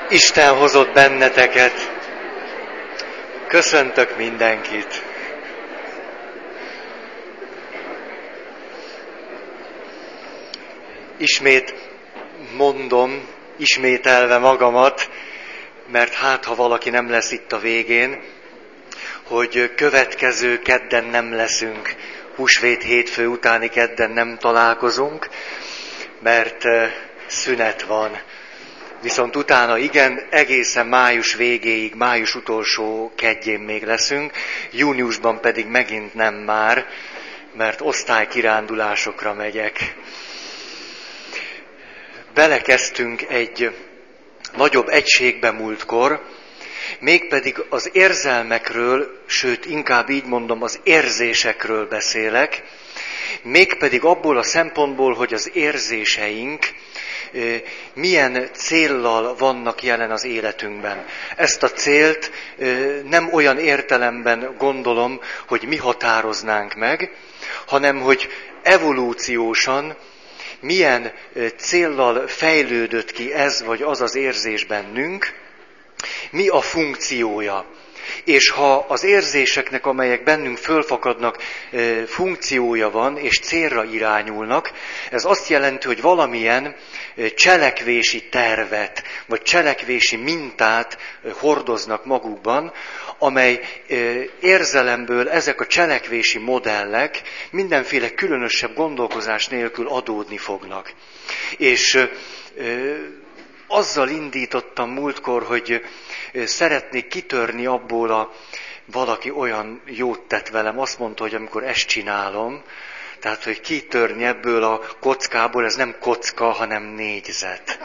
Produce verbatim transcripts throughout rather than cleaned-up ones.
Isten hozott benneteket. Köszöntök mindenkit. Ismét mondom, ismételve magamat, mert hát ha valaki nem lesz itt a végén, hogy következő kedden nem leszünk, húsvét hétfő utáni kedden nem találkozunk, mert szünet van. Viszont utána igen, egészen május végéig, május utolsó kedjén még leszünk, júniusban pedig megint nem már, mert osztálykirándulásokra megyek. Belekezdtünk egy nagyobb egységbe múltkor, mégpedig az érzelmekről, sőt inkább így mondom, az érzésekről beszélek, mégpedig abból a szempontból, hogy az érzéseink milyen céllal vannak jelen az életünkben. Ezt a célt nem olyan értelemben gondolom, hogy mi határoznánk meg, hanem hogy evolúciósan milyen céllal fejlődött ki ez vagy az az érzés bennünk, mi a funkciója. És ha az érzéseknek, amelyek bennünk fölfakadnak, funkciója van, és célra irányulnak, ez azt jelenti, hogy valamilyen cselekvési tervet, vagy cselekvési mintát hordoznak magukban, amely érzelemből ezek a cselekvési modellek mindenféle különösebb gondolkozás nélkül adódni fognak. És azzal indítottam múltkor, hogy szeretnék kitörni abból a, valaki olyan jót tett velem, azt mondta, hogy amikor ezt csinálom, tehát, hogy kitörni ebből a kockából, ez nem kocka, hanem négyzet.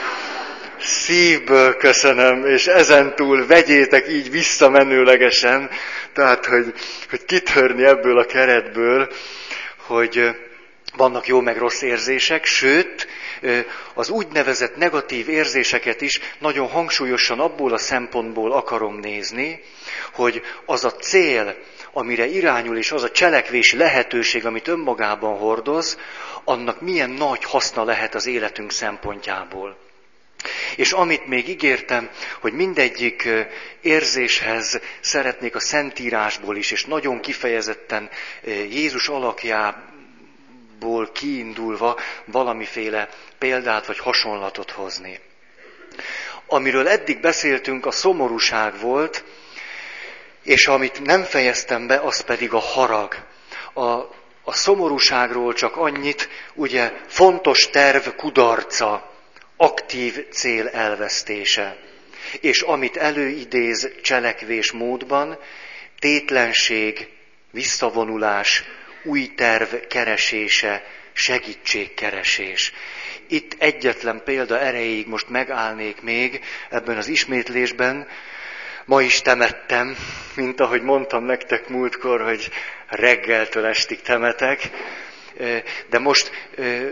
Szívből köszönöm, és ezentúl vegyétek így visszamenőlegesen, tehát, hogy, hogy kitörni ebből a keretből, hogy vannak jó meg rossz érzések, sőt, az úgynevezett negatív érzéseket is nagyon hangsúlyosan abból a szempontból akarom nézni, hogy az a cél, amire irányul, és az a cselekvési lehetőség, amit önmagában hordoz, annak milyen nagy haszna lehet az életünk szempontjából. És amit még ígértem, hogy mindegyik érzéshez szeretnék a Szentírásból is, és nagyon kifejezetten Jézus alakjából kiindulva valamiféle példát vagy hasonlatot hozni. Amiről eddig beszéltünk, a szomorúság volt, és amit nem fejeztem be, az pedig a harag. A, a szomorúságról csak annyit, ugye fontos terv kudarca, aktív cél elvesztése. És amit előidéz cselekvés módban, tétlenség, visszavonulás, új terv keresése, segítségkeresés. Itt egyetlen példa erejéig most megállnék még ebben az ismétlésben. Ma is temettem, mint ahogy mondtam nektek múltkor, hogy reggeltől estig temetek, de most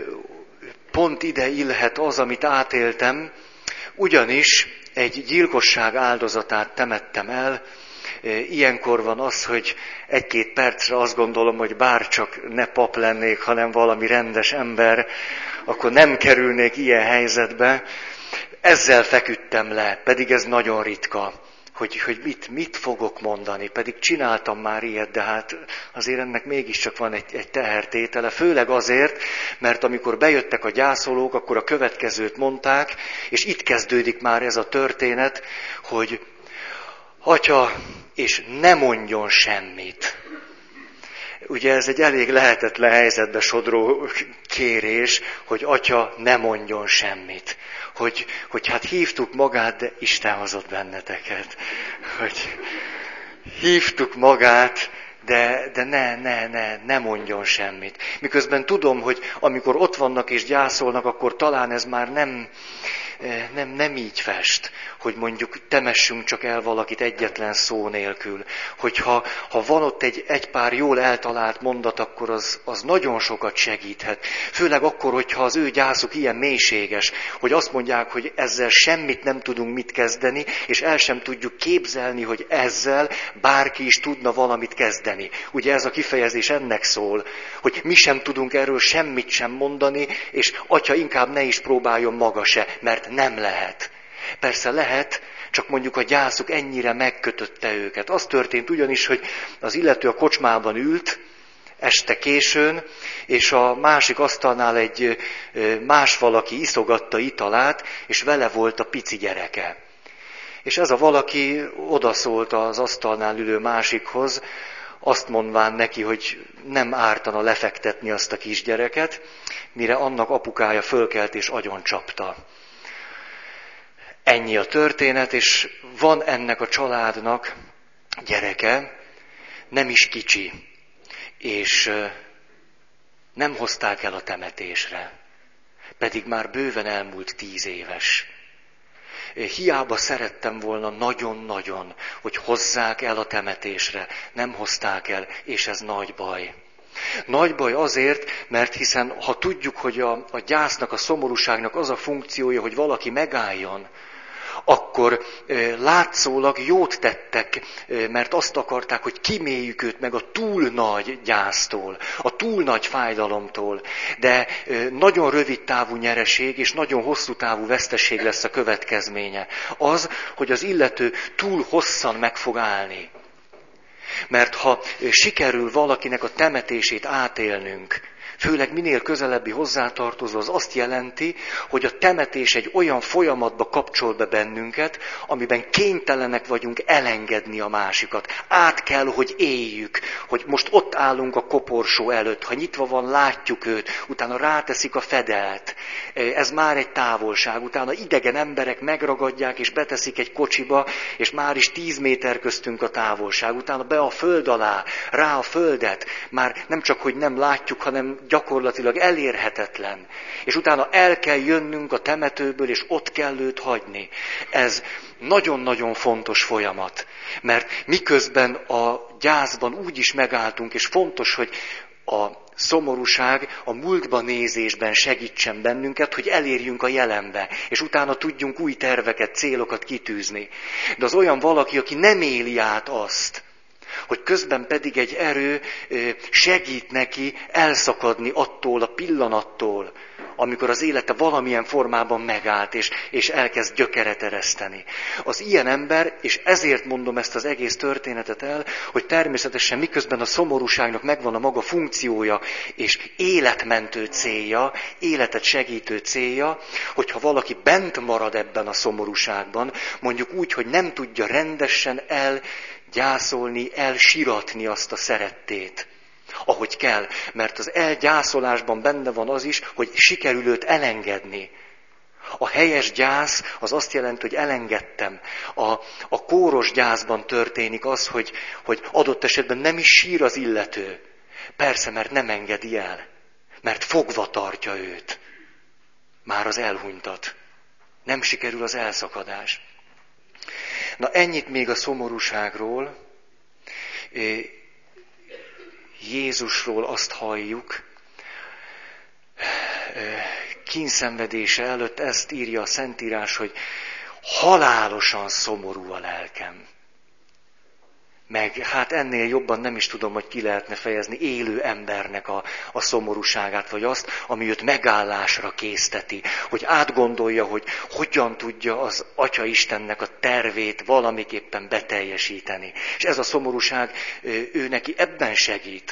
pont ide illhet az, amit átéltem, ugyanis egy gyilkosság áldozatát temettem el. Ilyenkor van az, hogy egy-két percre azt gondolom, hogy bárcsak ne pap lennék, hanem valami rendes ember, akkor nem kerülnék ilyen helyzetbe. Ezzel feküdtem le, pedig ez nagyon ritka, hogy, hogy mit, mit fogok mondani, pedig csináltam már ilyet, de hát azért ennek mégiscsak van egy, egy tehertétele, főleg azért, mert amikor bejöttek a gyászolók, akkor a következőt mondták, és itt kezdődik már ez a történet, hogy Atya, és ne mondjon semmit. Ugye ez egy elég lehetetlen helyzetbe sodró kérés, hogy Atya, ne mondjon semmit. Hogy, hogy hát hívtuk magát, de Isten hozott benneteket. Hogy hívtuk magát, de, de ne, ne, ne, ne mondjon semmit. Miközben tudom, hogy amikor ott vannak és gyászolnak, akkor talán ez már nem, nem, nem így fest, hogy mondjuk temessünk csak el valakit egyetlen szó nélkül. Hogyha ha van ott egy, egy pár jól eltalált mondat, akkor az, az nagyon sokat segíthet. Főleg akkor, hogyha az ő gyászuk ilyen mélységes, hogy azt mondják, hogy ezzel semmit nem tudunk mit kezdeni, és el sem tudjuk képzelni, hogy ezzel bárki is tudna valamit kezdeni. Ugye ez a kifejezés ennek szól, hogy mi sem tudunk erről semmit sem mondani, és Atya inkább ne is próbáljon maga se, mert nem lehet. Persze lehet, csak mondjuk a gyászuk ennyire megkötötte őket. Az történt ugyanis, hogy az illető a kocsmában ült, este későn, és a másik asztalnál egy más valaki iszogatta italát, és vele volt a pici gyereke. És ez a valaki odaszólt az asztalnál ülő másikhoz, azt mondván neki, hogy nem ártana lefektetni azt a kisgyereket, mire annak apukája fölkelt és agyoncsapta. Ennyi a történet, és van ennek a családnak gyereke, nem is kicsi, és nem hozták el a temetésre, pedig már bőven elmúlt tíz éves. Hiába szerettem volna nagyon-nagyon, hogy hozzák el a temetésre, nem hozták el, és ez nagy baj. Nagy baj azért, mert hiszen ha tudjuk, hogy a, a gyásznak, a szomorúságnak az a funkciója, hogy valaki megálljon, akkor látszólag jót tettek, mert azt akarták, hogy kiméljük őt meg a túl nagy gyásztól, a túl nagy fájdalomtól. De nagyon rövid távú nyereség és nagyon hosszú távú veszteség lesz a következménye. Az, hogy az illető túl hosszan meg fog állni. Mert ha sikerül valakinek a temetését átélnünk, főleg minél közelebbi hozzátartozó, az azt jelenti, hogy a temetés egy olyan folyamatba kapcsol be bennünket, amiben kénytelenek vagyunk elengedni a másikat. Át kell, hogy éljük, hogy most ott állunk a koporsó előtt, ha nyitva van, látjuk őt, utána ráteszik a fedelt. Ez már egy távolság, utána idegen emberek megragadják és beteszik egy kocsiba, és már is tíz méter köztünk a távolság. Utána be a föld alá, rá a földet, már nem csak, hogy nem látjuk, hanem gyakorlatilag elérhetetlen. És utána el kell jönnünk a temetőből, és ott kell őt hagyni. Ez nagyon-nagyon fontos folyamat. Mert miközben a gyászban úgy is megálltunk, és fontos, hogy a szomorúság a múltba nézésben segítsen bennünket, hogy elérjünk a jelenbe, és utána tudjunk új terveket, célokat kitűzni. De az olyan valaki, aki nem éli át azt, hogy közben pedig egy erő segít neki elszakadni attól a pillanattól, amikor az élete valamilyen formában megállt, és, és elkezd gyökeret ereszteni. Az ilyen ember, és ezért mondom ezt az egész történetet el, hogy természetesen miközben a szomorúságnak megvan a maga funkciója, és életmentő célja, életet segítő célja, hogyha valaki bent marad ebben a szomorúságban, mondjuk úgy, hogy nem tudja rendesen el gyászolni, elsiratni azt a szerettét, ahogy kell. Mert az elgyászolásban benne van az is, hogy sikerül őt elengedni. A helyes gyász az azt jelenti, hogy elengedtem. A, a kóros gyászban történik az, hogy, hogy adott esetben nem is sír az illető. Persze, mert nem engedi el. Mert fogva tartja őt. Már az elhunytat. Nem sikerül az elszakadás. Na ennyit még a szomorúságról. Jézusról azt halljuk, kínszenvedése előtt ezt írja a Szentírás, hogy halálosan szomorú a lelkem. Meg hát ennél jobban nem is tudom, hogy ki lehetne fejezni élő embernek a, a szomorúságát, vagy azt, ami őt megállásra készteti, hogy átgondolja, hogy hogyan tudja az Atya Istennek a tervét valamiképpen beteljesíteni. És ez a szomorúság ő neki ebben segít.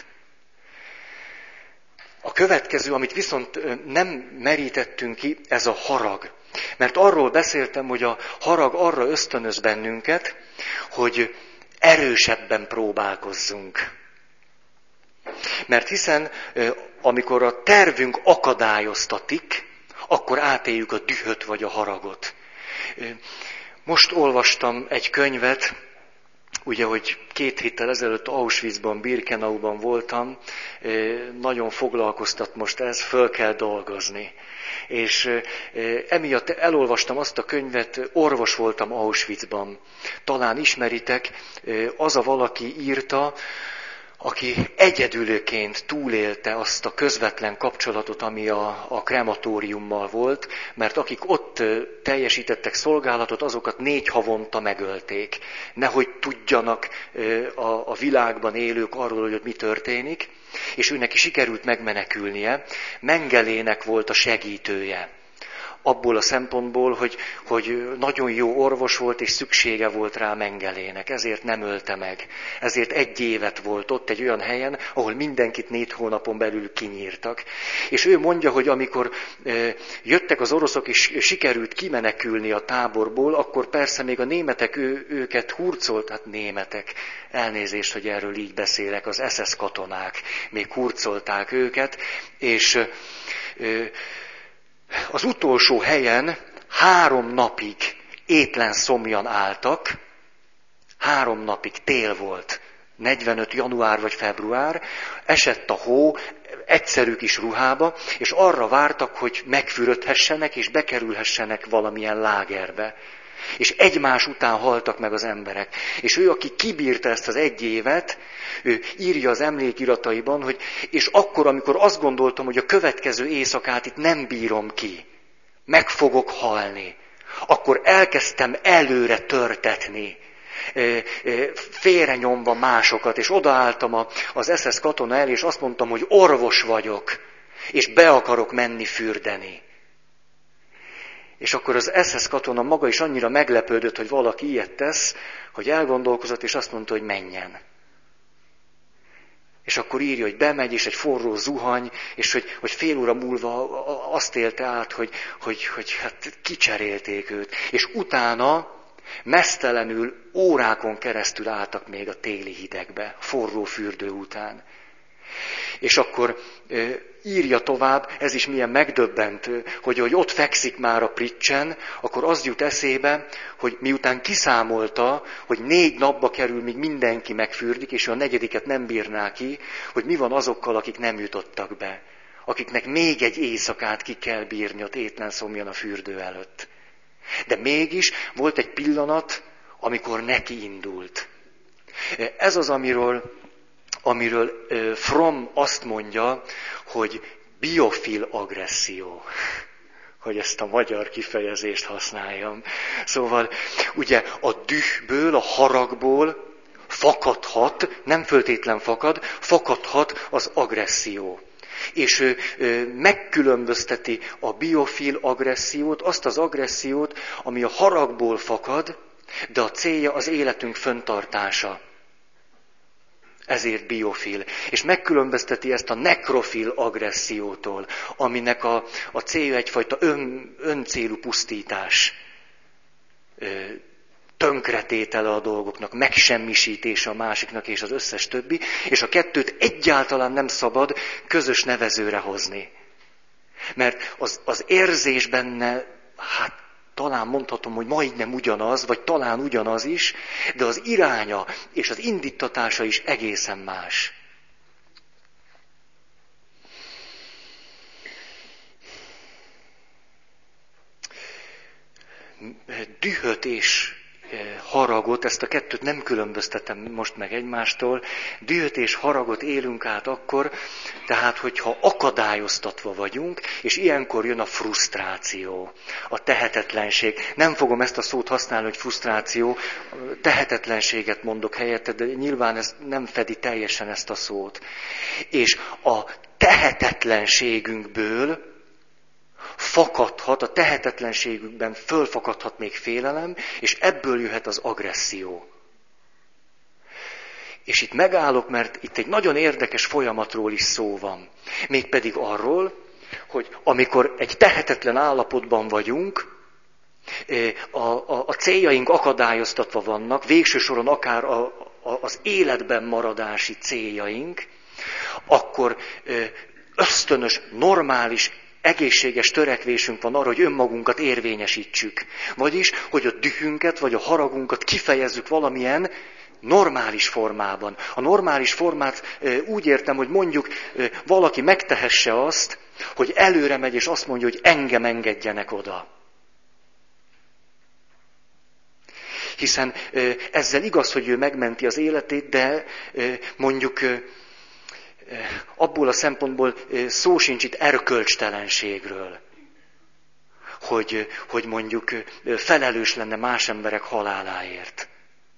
A következő, amit viszont nem merítettünk ki, ez a harag. Mert arról beszéltem, hogy a harag arra ösztönöz bennünket, hogy erősebben próbálkozzunk. Mert hiszen, amikor a tervünk akadályoztatik, akkor átéljük a dühöt vagy a haragot. Most olvastam egy könyvet, ugye, hogy két héttel ezelőtt Auschwitzban, Birkenauban voltam, nagyon foglalkoztat most ez, föl kell dolgozni. És emiatt elolvastam azt a könyvet, orvos voltam Auschwitzban. Talán ismeritek, az a valaki írta, aki egyedülőként túlélte azt a közvetlen kapcsolatot, ami a, a krematóriummal volt, mert akik ott teljesítettek szolgálatot, azokat négy havonta megölték. Nehogy tudjanak a, a világban élők arról, hogy mi történik, és őnek is sikerült megmenekülnie. Mengelének volt a segítője. abból a szempontból, hogy, hogy nagyon jó orvos volt, és szüksége volt rá Mengelének, ezért nem ölte meg. Ezért egy évet volt ott egy olyan helyen, ahol mindenkit négy hónapon belül kinyírtak. És ő mondja, hogy amikor jöttek az oroszok, és sikerült kimenekülni a táborból, akkor persze még a németek ő, őket hurcolt, hát németek, elnézést, hogy erről így beszélek, az es es katonák még hurcolták őket, és az utolsó helyen három napig étlen szomjan álltak, három napig tél volt, negyvenöt január vagy február, esett a hó, egyszerű kis ruhába, és arra vártak, hogy megfürödhessenek, és bekerülhessenek valamilyen lágerbe. És egymás után haltak meg az emberek. És ő, aki kibírta ezt az egy évet, ő írja az emlékirataiban, hogy és akkor, amikor azt gondoltam, hogy a következő éjszakát itt nem bírom ki, meg fogok halni, akkor elkezdtem előre törtetni, félrenyomva másokat, és odaálltam az es es katona elé, és azt mondtam, hogy orvos vagyok, és be akarok menni fürdeni. És akkor az es es katona maga is annyira meglepődött, hogy valaki ilyet tesz, hogy elgondolkozott, és azt mondta, hogy menjen. És akkor írja, hogy bemegy, és egy forró zuhany, és hogy, hogy fél óra múlva azt élte át, hogy, hogy, hogy hát kicserélték őt. És utána meztelenül órákon keresztül álltak még a téli hidegbe, forró fürdő után. És akkor írja tovább, ez is milyen megdöbbentő, hogy, hogy ott fekszik már a pricsen, akkor az jut eszébe, hogy miután kiszámolta, hogy négy napba kerül, míg mindenki megfürdik, és a negyediket nem bírná ki, hogy mi van azokkal, akik nem jutottak be, akiknek még egy éjszakát ki kell bírni ott étlen szomjan a fürdő előtt. De mégis volt egy pillanat, amikor neki indult. Ez az, amiről, amiről Fromm azt mondja, hogy biofil agresszió, hogy ezt a magyar kifejezést használjam. Szóval ugye a dühből, a haragból fakadhat, nem föltétlen fakad, fakadhat az agresszió. És ő, ő megkülönbözteti a biofil agressziót, azt az agressziót, ami a haragból fakad, de a célja az életünk fenntartása. Ezért biofil. És megkülönbözteti ezt a nekrofil agressziótól, aminek a, a célja egyfajta ön, öncélú pusztítás, tönkretétele a dolgoknak, megsemmisítése a másiknak és az összes többi, és a kettőt egyáltalán nem szabad közös nevezőre hozni. Mert az, az érzés benne, hát talán mondhatom, hogy majdnem ugyanaz, vagy talán ugyanaz is, de az iránya és az indítatása is egészen más. Dühöt és haragot, ezt a kettőt nem különböztetem most meg egymástól, dühöt és haragot élünk át akkor, tehát hogyha akadályoztatva vagyunk, és ilyenkor jön a frusztráció, a tehetetlenség. Nem fogom ezt a szót használni, hogy frusztráció, tehetetlenséget mondok helyette, de nyilván ez nem fedi teljesen ezt a szót. És a tehetetlenségünkből fakadhat, a tehetetlenségükben fölfakadhat még félelem, és ebből jöhet az agresszió. És itt megállok, mert itt egy nagyon érdekes folyamatról is szó van. Mégpedig arról, hogy amikor egy tehetetlen állapotban vagyunk, a, a, a céljaink akadályoztatva vannak, végső soron akár a, a, az életben maradási céljaink, akkor ösztönös, normális, egészséges törekvésünk van arra, hogy önmagunkat érvényesítsük. Vagyis, hogy a dühünket vagy a haragunkat kifejezzük valamilyen normális formában. A normális formát úgy értem, hogy mondjuk valaki megtehesse azt, hogy előre megy és azt mondja, hogy engem engedjenek oda. Hiszen ezzel igaz, hogy ő megmenti az életét, de mondjuk abból a szempontból szó sincs itt erkölcstelenségről, hogy, hogy mondjuk felelős lenne más emberek haláláért.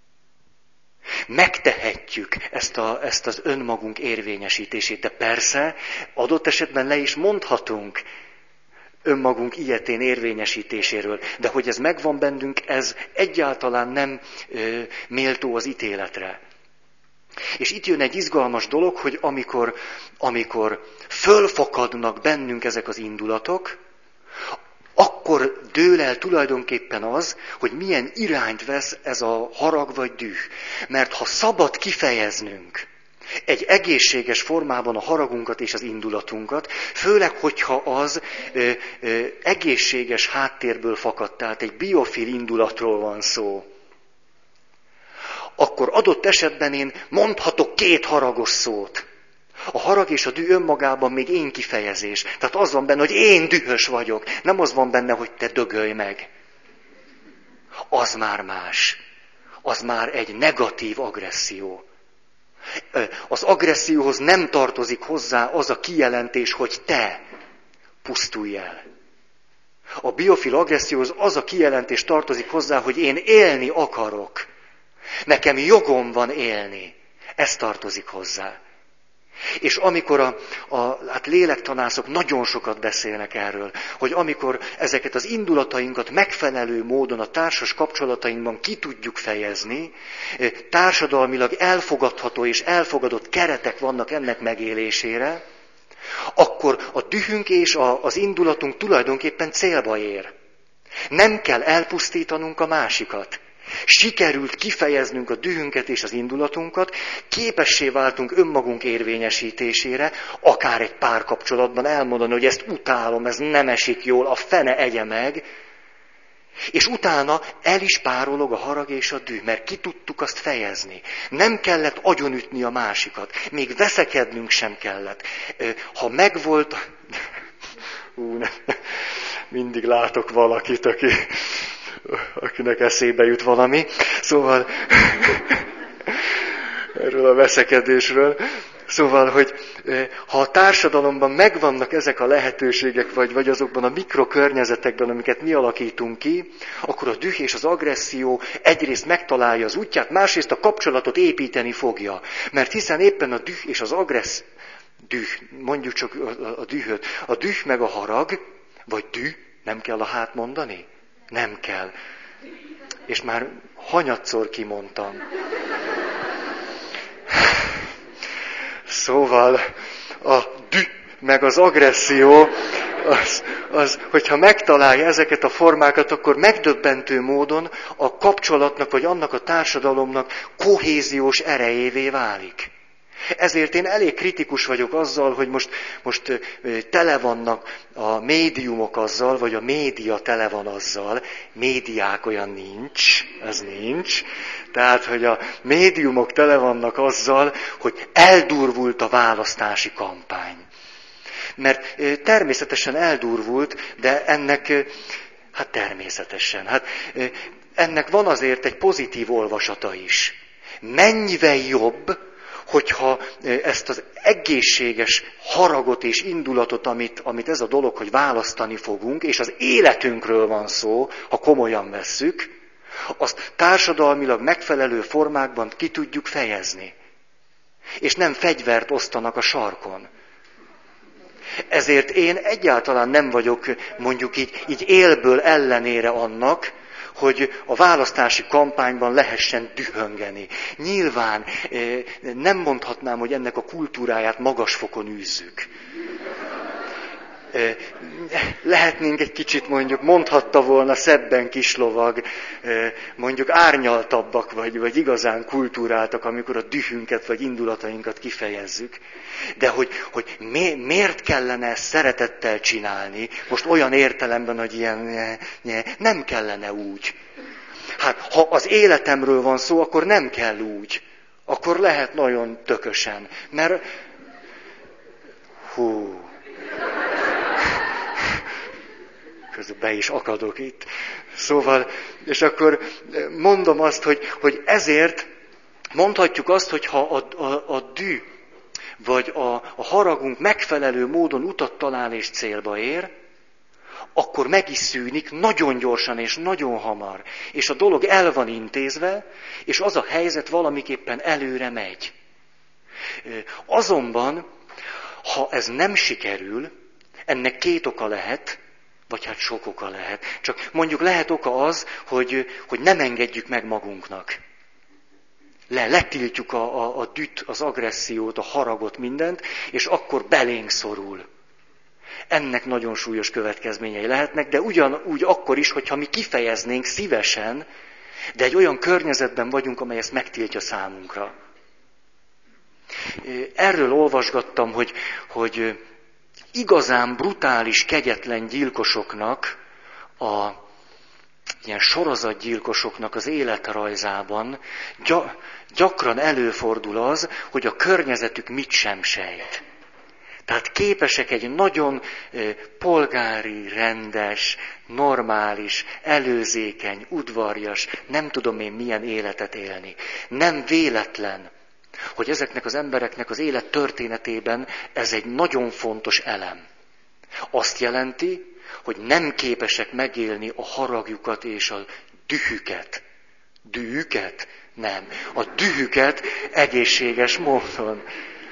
Megtehetjük ezt, a, ezt az önmagunk érvényesítését, de persze adott esetben le is mondhatunk önmagunk ilyetén érvényesítéséről. De hogy ez megvan bennünk, ez egyáltalán nem ö, méltó az ítéletre. És itt jön egy izgalmas dolog, hogy amikor, amikor fölfakadnak bennünk ezek az indulatok, akkor dől el tulajdonképpen az, hogy milyen irányt vesz ez a harag vagy düh. Mert ha szabad kifejeznünk egy egészséges formában a haragunkat és az indulatunkat, főleg, hogyha az ö, ö, egészséges háttérből fakad, tehát egy biofil indulatról van szó, akkor adott esetben én mondhatok két haragos szót. A harag és a düh önmagában még én kifejezés. Tehát az van benne, hogy én dühös vagyok. Nem az van benne, hogy te dögölj meg. Az már más. Az már egy negatív agresszió. Az agresszióhoz nem tartozik hozzá az a kijelentés, hogy te pusztulj el. A biofil agresszióhoz az a kijelentés tartozik hozzá, hogy én élni akarok. Nekem jogom van élni. Ez tartozik hozzá. És amikor a, a hát lélektanászok nagyon sokat beszélnek erről, hogy amikor ezeket az indulatainkat megfelelő módon a társas kapcsolatainkban ki tudjuk fejezni, társadalmilag elfogadható és elfogadott keretek vannak ennek megélésére, akkor a dühünk és a, az indulatunk tulajdonképpen célba ér. Nem kell elpusztítanunk a másikat. Sikerült kifejeznünk a dühünket és az indulatunkat, képessé váltunk önmagunk érvényesítésére, akár egy párkapcsolatban elmondani, hogy ezt utálom, ez nem esik jól, a fene egye meg, és utána el is párolog a harag és a düh, mert ki tudtuk azt fejezni. Nem kellett agyonütni a másikat, még veszekednünk sem kellett. Ha megvolt... Hú, ne. Mindig látok valakit, aki... akinek eszébe jut valami. Szóval erről a veszekedésről. Szóval, hogy ha a társadalomban megvannak ezek a lehetőségek, vagy, vagy azokban a mikrokörnyezetekben, amiket mi alakítunk ki, akkor a düh és az agresszió egyrészt megtalálja az útját, másrészt a kapcsolatot építeni fogja. Mert hiszen éppen a düh és az agressz... düh, mondjuk csak a, a dühöt. A düh meg a harag, vagy düh, nem kell a hát mondani? Nem kell. És már hanyatszor kimondtam. Szóval a düh meg az agresszió, az, az, hogyha megtalálja ezeket a formákat, akkor megdöbbentő módon a kapcsolatnak, vagy annak a társadalomnak kohéziós erejévé válik. Ezért én elég kritikus vagyok azzal, hogy most, most tele vannak a médiumok azzal, vagy a média tele van azzal. Médiák olyan nincs, ez nincs. Tehát, hogy a médiumok tele vannak azzal, hogy eldurvult a választási kampány. Mert természetesen eldurvult, de ennek, hát természetesen, hát ennek van azért egy pozitív olvasata is. Mennyivel jobb, hogyha ezt az egészséges haragot és indulatot, amit, amit ez a dolog, hogy választani fogunk, és az életünkről van szó, ha komolyan vesszük, azt társadalmilag megfelelő formákban ki tudjuk fejezni. És nem fegyvert osztanak a sarkon. Ezért én egyáltalán nem vagyok mondjuk így, így élből ellenére annak, hogy a választási kampányban lehessen dühöngeni. Nyilván nem mondhatnám, hogy ennek a kultúráját magas fokon űzzük. Lehetnénk egy kicsit mondjuk, mondhatta volna szebben kislovag, mondjuk árnyaltabbak vagy, vagy igazán kultúráltak, amikor a dühünket vagy indulatainkat kifejezzük. De hogy, hogy mi, miért kellene ezt szeretettel csinálni, most olyan értelemben, hogy ilyen, nye, nye, nem kellene úgy. Hát, ha az életemről van szó, akkor nem kell úgy. Akkor lehet nagyon tökösen. Mert, hú... Közben be is akadok itt. Szóval, és akkor mondom azt, hogy, hogy ezért mondhatjuk azt, hogy ha a, a, a dű, vagy a, a haragunk megfelelő módon utat talál és célba ér, akkor meg is szűnik nagyon gyorsan és nagyon hamar. És a dolog el van intézve, és az a helyzet valamiképpen előre megy. Azonban, ha ez nem sikerül, ennek két oka lehet. Vagy hát sok oka lehet. Csak mondjuk lehet oka az, hogy, hogy nem engedjük meg magunknak. Le, letiltjuk a, a, a düht, az agressziót, a haragot, mindent, és akkor belénk szorul. Ennek nagyon súlyos következményei lehetnek, de ugyanúgy akkor is, hogyha mi kifejeznénk szívesen, de egy olyan környezetben vagyunk, amely ezt megtiltja számunkra. Erről olvasgattam, hogy, hogy igazán brutális, kegyetlen gyilkosoknak, a ilyen sorozatgyilkosoknak az életrajzában gyakran előfordul az, hogy a környezetük mit sem sejt. Tehát képesek egy nagyon polgári, rendes, normális, előzékeny, udvarjas, nem tudom én milyen életet élni. Nem véletlen, hogy ezeknek az embereknek az élet történetében ez egy nagyon fontos elem. Azt jelenti, hogy nem képesek megélni a haragjukat és a dühüket. Dühüket? Nem. A dühüket egészséges módon.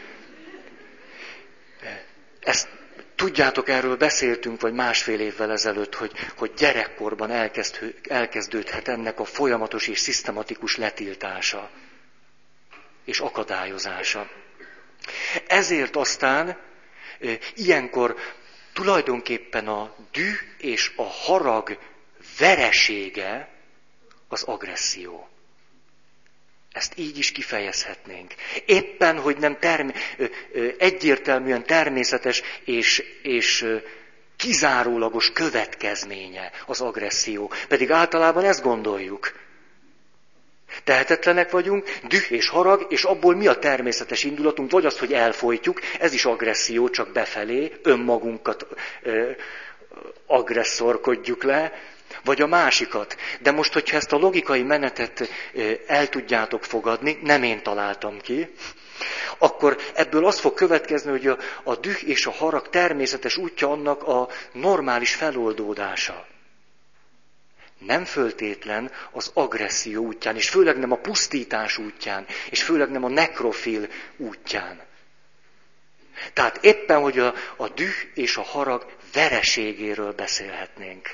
Ezt tudjátok, erről beszéltünk, vagy másfél évvel ezelőtt, hogy, hogy gyerekkorban elkezd, elkezdődhet ennek a folyamatos és szisztematikus letiltása és akadályozása. Ezért aztán e, ilyenkor tulajdonképpen a düh és a harag veresége az agresszió. Ezt így is kifejezhetnénk. Éppen, hogy nem term- egyértelműen természetes és, és kizárólagos következménye az agresszió. Pedig általában ezt gondoljuk. Tehetetlenek vagyunk, düh és harag, és abból mi a természetes indulatunk? Vagy az, hogy elfojtjuk, ez is agresszió, csak befelé, önmagunkat ö, agresszorkodjuk le, vagy a másikat. De most, hogyha ezt a logikai menetet el tudjátok fogadni, nem én találtam ki, akkor ebből az fog következni, hogy a, a düh és a harag természetes útja annak a normális feloldódása. Nem föltétlen az agresszió útján, és főleg nem a pusztítás útján, és főleg nem a nekrofil útján. Tehát éppen, hogy a, a düh és a harag vereségéről beszélhetnénk.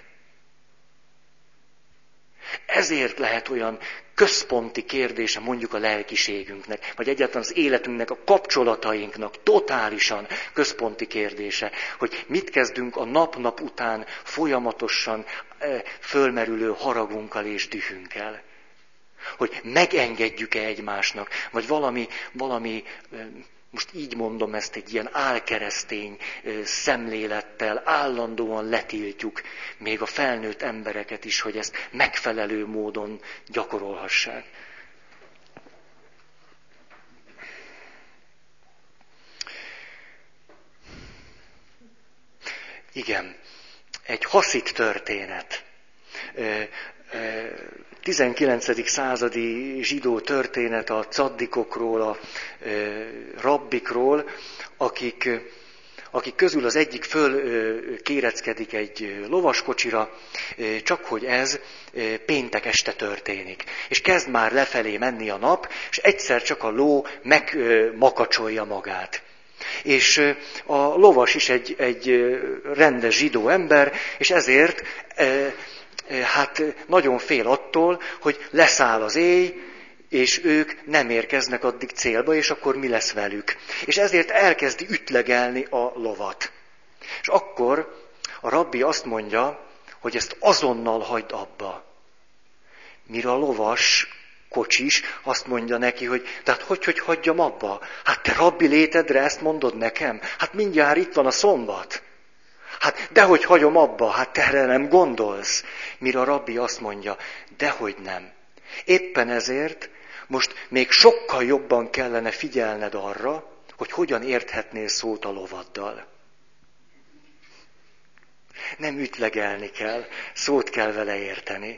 Ezért lehet olyan központi kérdése mondjuk a lelkiségünknek, vagy egyáltalán az életünknek, a kapcsolatainknak totálisan központi kérdése, hogy mit kezdünk a nap-nap után folyamatosan fölmerülő haragunkkal és dühünkkel. Hogy megengedjük-e egymásnak, vagy valami, valami, most így mondom ezt, egy ilyen álkeresztény szemlélettel állandóan letiltjuk még a felnőtt embereket is, hogy ezt megfelelő módon gyakorolhassák. Igen, egy haszid történet. tizenkilencedik századi zsidó történet a caddikokról, a rabbikról, akik, akik közül az egyik föl kéreckedik egy lovaskocsira, csak hogy ez péntek este történik. És kezd már lefelé menni a nap, és egyszer csak a ló megmakacsolja magát. És a lovas is egy, egy rendes zsidó ember, és ezért hát nagyon fél attól, hogy leszáll az éj, és ők nem érkeznek addig célba, és akkor mi lesz velük. És ezért elkezdi ütlegelni a lovat. És akkor a rabbi azt mondja, hogy ezt azonnal hagyd abba. Mire a lovas kocsis azt mondja neki, hogy tehát hogy, hogy hagyjam abba? Hát te rabbi létedre ezt mondod nekem? Hát mindjárt itt van a szombat. Hát dehogy hagyom abba, hát te erre nem gondolsz. Mire a rabbi azt mondja, dehogy nem. Éppen ezért most még sokkal jobban kellene figyelned arra, hogy hogyan érthetnél szót a lovaddal. Nem ütlegelni kell, szót kell vele érteni.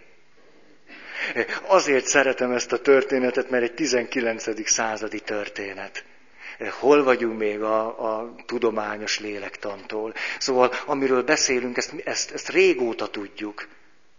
Azért szeretem ezt a történetet, mert egy tizenkilencedik századi történet. Hol vagyunk még a, a tudományos lélektantól. Szóval, amiről beszélünk, ezt, ezt, ezt régóta tudjuk.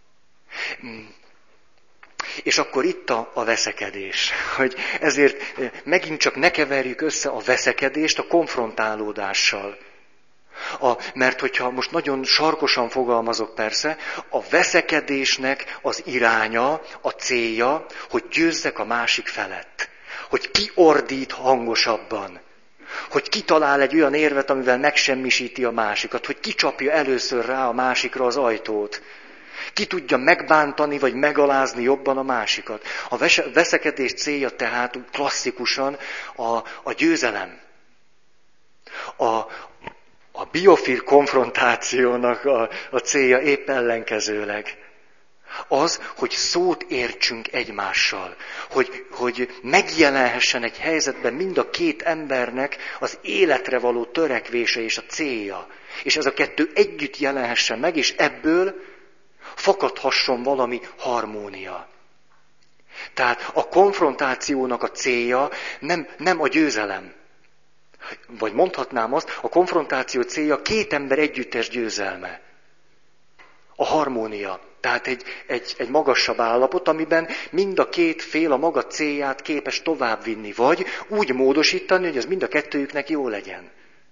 És akkor itt a, a veszekedés. Hogy ezért megint csak ne keverjük össze a veszekedést a konfrontálódással. A, mert hogyha most nagyon sarkosan fogalmazok persze, a veszekedésnek az iránya, a célja, hogy győzzek a másik felett. Hogy ki ordít hangosabban. Hogy kitalál egy olyan érvet, amivel megsemmisíti a másikat. Hogy kicsapja először rá a másikra az ajtót. Ki tudja megbántani, vagy megalázni jobban a másikat. A veszekedés célja tehát klasszikusan a, a győzelem. A, a biofil konfrontációnak a, a célja épp ellenkezőleg. Az, hogy szót értsünk egymással. Hogy, hogy megjelenhessen egy helyzetben mind a két embernek az életre való törekvése és a célja. És ez a kettő együtt jelenhessen meg, és ebből fakadhasson valami harmónia. Tehát a konfrontációnak a célja nem, nem a győzelem. Vagy mondhatnám azt, a konfrontáció célja két ember együttes győzelme. A harmónia. Tehát egy, egy, egy magasabb állapot, amiben mind a két fél a maga célját képes továbbvinni, vagy úgy módosítani, hogy ez mind a kettőjüknek jó legyen.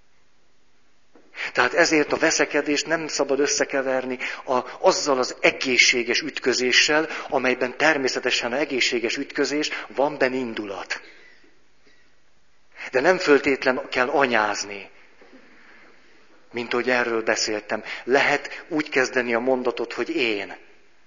Tehát ezért a veszekedést nem szabad összekeverni a, azzal az egészséges ütközéssel, amelyben természetesen az egészséges ütközés van benne indulat. De nem föltétlen kell anyázni, mint ahogy erről beszéltem. Lehet úgy kezdeni a mondatot, hogy én.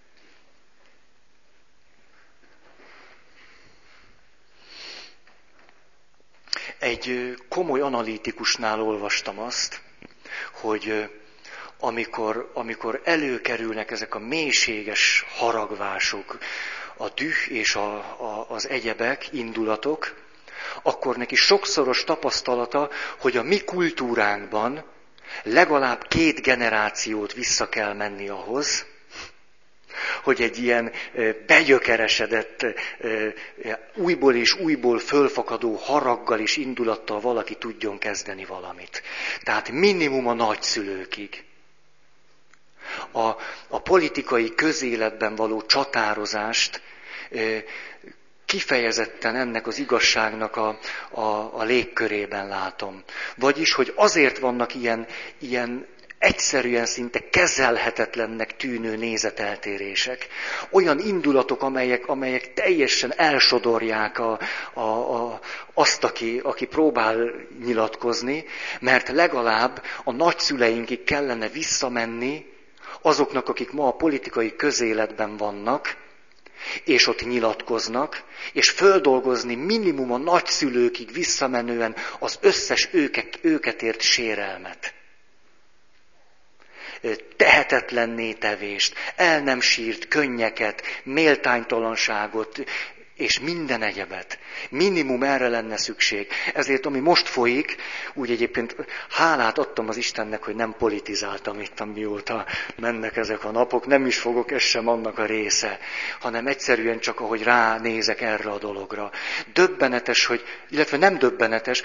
Egy komoly analitikusnál olvastam azt, hogy amikor, amikor előkerülnek ezek a mélységes haragvások, a düh és a, a, az egyebek, indulatok, akkor neki sokszoros tapasztalata, hogy a mi kultúránkban legalább két generációt vissza kell menni ahhoz, hogy egy ilyen begyökeresedett, újból és újból fölfakadó haraggal és indulattal valaki tudjon kezdeni valamit. Tehát minimum a nagyszülőkig. A, a politikai közéletben való csatározást kifejezetten ennek az igazságnak a, a, a légkörében látom. Vagyis, hogy azért vannak ilyen, ilyen egyszerűen szinte kezelhetetlennek tűnő nézeteltérések. Olyan indulatok, amelyek, amelyek teljesen elsodorják a, a, a, azt, aki, aki próbál nyilatkozni, mert legalább a nagyszüleinkig kellene visszamenni azoknak, akik ma a politikai közéletben vannak, és ott nyilatkoznak, és földolgozni minimum a nagyszülőkig visszamenően az összes őket, őket ért sérelmet. Tehetetlenné tevést, el nem sírt könnyeket, méltánytalanságot, és minden egyebet. Minimum erre lenne szükség. Ezért, ami most folyik, úgy egyébként hálát adtam az Istennek, hogy nem politizáltam itt, mióta mennek ezek a napok, nem is fogok, ez sem annak a része, hanem egyszerűen csak, ahogy ránézek erre a dologra. Döbbenetes, hogy, illetve nem döbbenetes,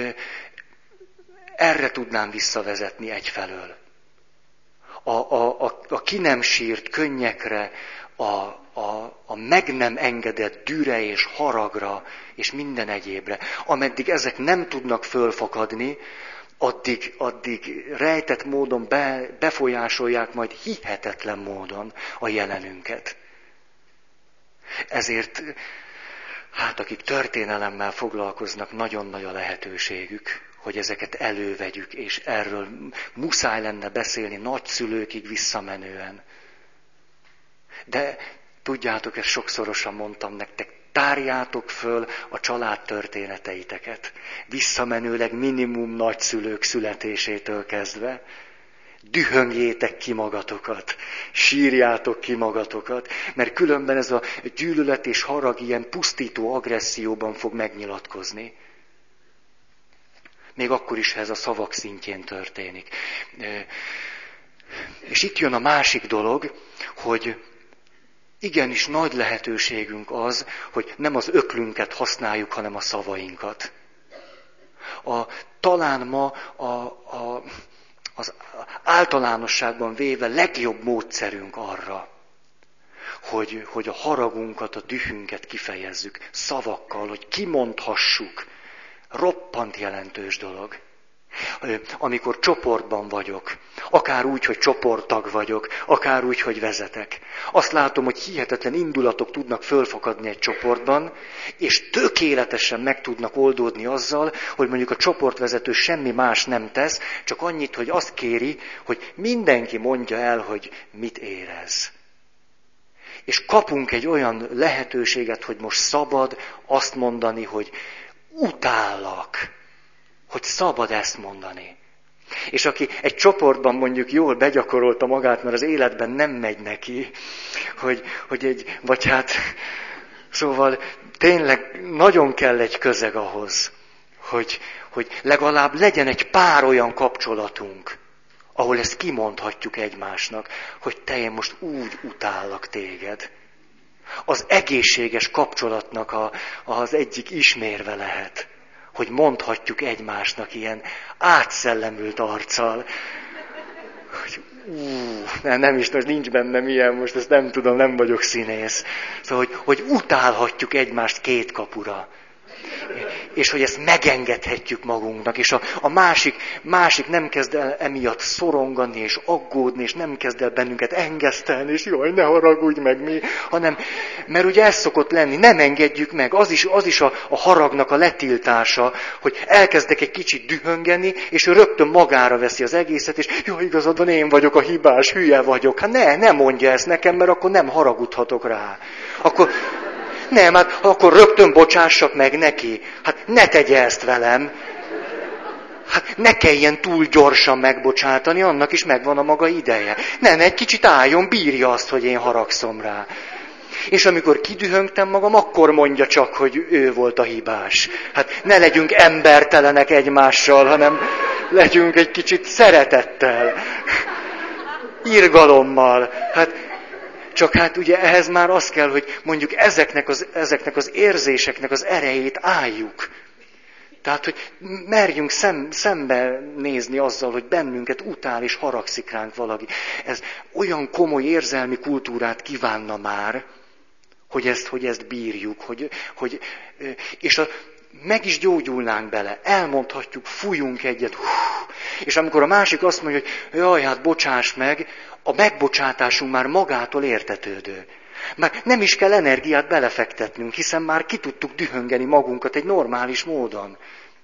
erre tudnám visszavezetni egyfelől. A, a, a, a ki nem sírt könnyekre, a, a, a meg nem engedett dűre és haragra, és minden egyébre. Ameddig ezek nem tudnak fölfakadni, addig, addig rejtett módon be, befolyásolják majd hihetetlen módon a jelenünket. Ezért, hát akik történelemmel foglalkoznak, nagyon nagy a lehetőségük, hogy ezeket elővegyük, és erről muszáj lenne beszélni nagyszülőkig visszamenően. De tudjátok, ezt sokszorosan mondtam nektek, tárjátok föl a család történeteiteket, visszamenőleg minimum nagyszülők születésétől kezdve, dühöngjétek ki magatokat, sírjátok ki magatokat, mert különben ez a gyűlölet és harag ilyen pusztító agresszióban fog megnyilatkozni. Még akkor is, ha ez a szavak szintjén történik. És itt jön a másik dolog, hogy igenis nagy lehetőségünk az, hogy nem az öklünket használjuk, hanem a szavainkat. A, talán ma a, a, az általánosságban véve legjobb módszerünk arra, hogy, hogy a haragunkat, a dühünket kifejezzük szavakkal, hogy kimondhassuk. Roppant jelentős dolog. Amikor csoportban vagyok, akár úgy, hogy csoporttag vagyok, akár úgy, hogy vezetek. Azt látom, hogy hihetetlen indulatok tudnak fölfakadni egy csoportban, és tökéletesen meg tudnak oldódni azzal, hogy mondjuk a csoportvezető semmi más nem tesz, csak annyit, hogy azt kéri, hogy mindenki mondja el, hogy mit érez. És kapunk egy olyan lehetőséget, hogy most szabad azt mondani, hogy utállak, hogy szabad ezt mondani. És aki egy csoportban mondjuk jól begyakorolta magát, mert az életben nem megy neki, hogy, hogy egy, vagy hát, szóval tényleg nagyon kell egy közeg ahhoz, hogy, hogy legalább legyen egy pár olyan kapcsolatunk, ahol ezt kimondhatjuk egymásnak, hogy te, én most úgy utállak téged. Az egészséges kapcsolatnak a, az egyik ismérve lehet, hogy mondhatjuk egymásnak ilyen átszellemült arccal, hogy ú, nem, nem is, most nincs bennem ilyen, most ezt nem tudom, nem vagyok színész. Szóval, hogy, hogy utálhatjuk egymást két kapura. És hogy ezt megengedhetjük magunknak, és a, a másik, másik nem kezd el emiatt szorongani, és aggódni, és nem kezd el bennünket engesztelni, és jaj, ne haragudj meg mi, hanem, mert ugye ez szokott lenni, nem engedjük meg, az is, az is a, a haragnak a letiltása, hogy elkezdek egy kicsit dühöngeni, és ő rögtön magára veszi az egészet, és jaj, igazad van, én vagyok a hibás, hülye vagyok. Hát ne, ne mondja ezt nekem, mert akkor nem haragudhatok rá. Akkor... Nem, hát akkor rögtön bocsássak meg neki. Hát ne tegye ezt velem. Hát ne kelljen túl gyorsan megbocsátani, annak is megvan a maga ideje. Nem, egy kicsit álljon, bírja azt, hogy én haragszom rá. És amikor kidühöngtem magam, akkor mondja csak, hogy ő volt a hibás. Hát ne legyünk embertelenek egymással, hanem legyünk egy kicsit szeretettel, irgalommal. Hát csak hát ugye ehhez már az kell, hogy mondjuk ezeknek az, ezeknek az érzéseknek az erejét álljuk. Tehát, hogy merjünk szem, szembe nézni azzal, hogy bennünket utál és haragszik ránk valaki. Ez olyan komoly érzelmi kultúrát kívánna már, hogy ezt, hogy ezt bírjuk. Hogy, hogy, és a, meg is gyógyulnánk bele, elmondhatjuk, fújunk egyet. Hú, és amikor a másik azt mondja, hogy jaj, hát bocsáss meg, a megbocsátásunk már magától értetődő. Már nem is kell energiát belefektetnünk, hiszen már ki tudtuk dühöngeni magunkat egy normális módon.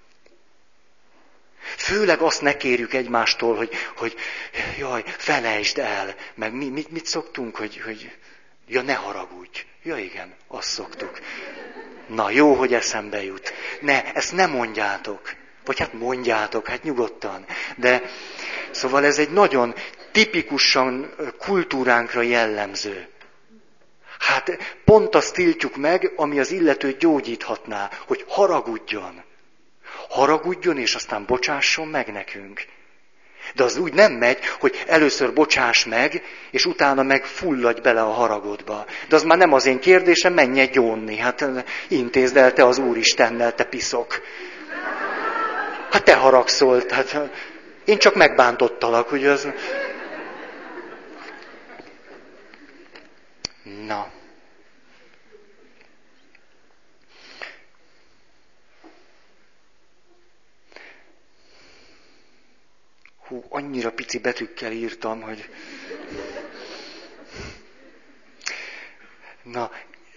Főleg azt ne kérjük egymástól, hogy, hogy jaj, felejtsd el, meg mi, mit, mit szoktunk, hogy, hogy ja, ne haragudj. Ja igen, azt szoktuk. Na, jó, hogy eszembe jut. Ne, ezt nem mondjátok. Vagy hát mondjátok, hát nyugodtan. De szóval ez egy nagyon tipikusan kultúránkra jellemző. Hát pont azt tiltjuk meg, ami az illetőt gyógyíthatná, hogy haragudjon. Haragudjon, és aztán bocsásson meg nekünk. De az úgy nem megy, hogy először bocsáss meg, és utána meg fulladj bele a haragodba. De az már nem az én kérdésem, menj egy gyónni. Hát intézd el te az Úristennel, te piszok. Hát te haragszol, hát én csak megbántottalak, hogy az... Na. Hú, annyira pici betűkkel írtam, hogy... Na,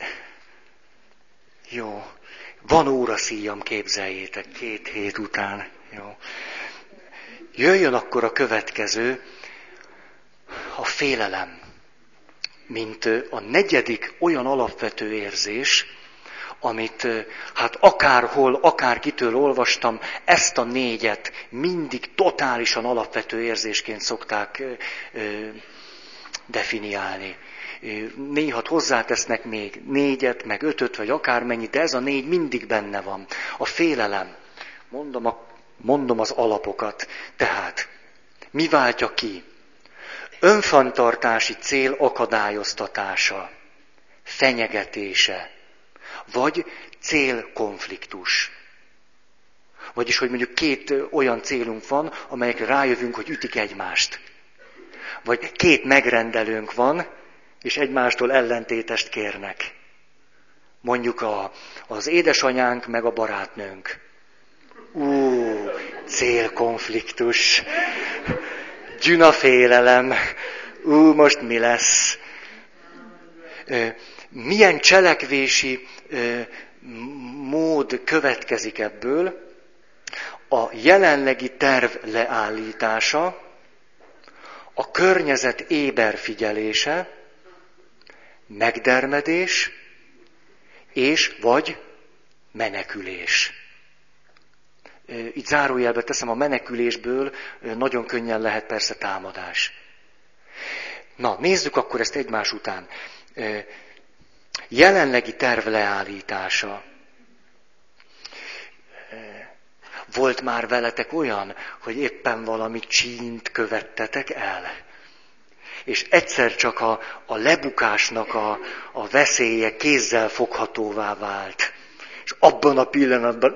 jó. Van óraszíjam, képzeljétek, két hét után. Jó. Jöjjön akkor a következő, a félelem, mint a negyedik olyan alapvető érzés, amit hát akárhol, akárkitől olvastam, ezt a négyet mindig totálisan alapvető érzésként szokták ö, ö, definiálni. Néhat hozzátesznek még négyet, meg ötöt, vagy akármennyit, de ez a négy mindig benne van. A félelem. Mondom, a, mondom az alapokat. Tehát, mi váltja ki? Önfenntartási cél akadályoztatása, fenyegetése, vagy célkonfliktus. Vagyis, hogy mondjuk két olyan célunk van, amelyekre rájövünk, hogy ütik egymást. Vagy két megrendelőnk van, és egymástól ellentétest kérnek. Mondjuk a, az édesanyánk meg a barátnőnk. Ú, Célkonfliktus. Gyünafélelem. Ú, most mi lesz? Milyen cselekvési mód következik ebből? A jelenlegi terv leállítása, a környezet éber figyelése, megdermedés és vagy menekülés. Itt zárójelbe teszem, a menekülésből nagyon könnyen lehet persze támadás. Na, nézzük akkor ezt egymás után. Jelenlegi terv leállítása. Volt már veletek olyan, hogy éppen valami csínt követtetek el? És egyszer csak a, a lebukásnak a, a veszélye kézzel foghatóvá vált. És abban a pillanatban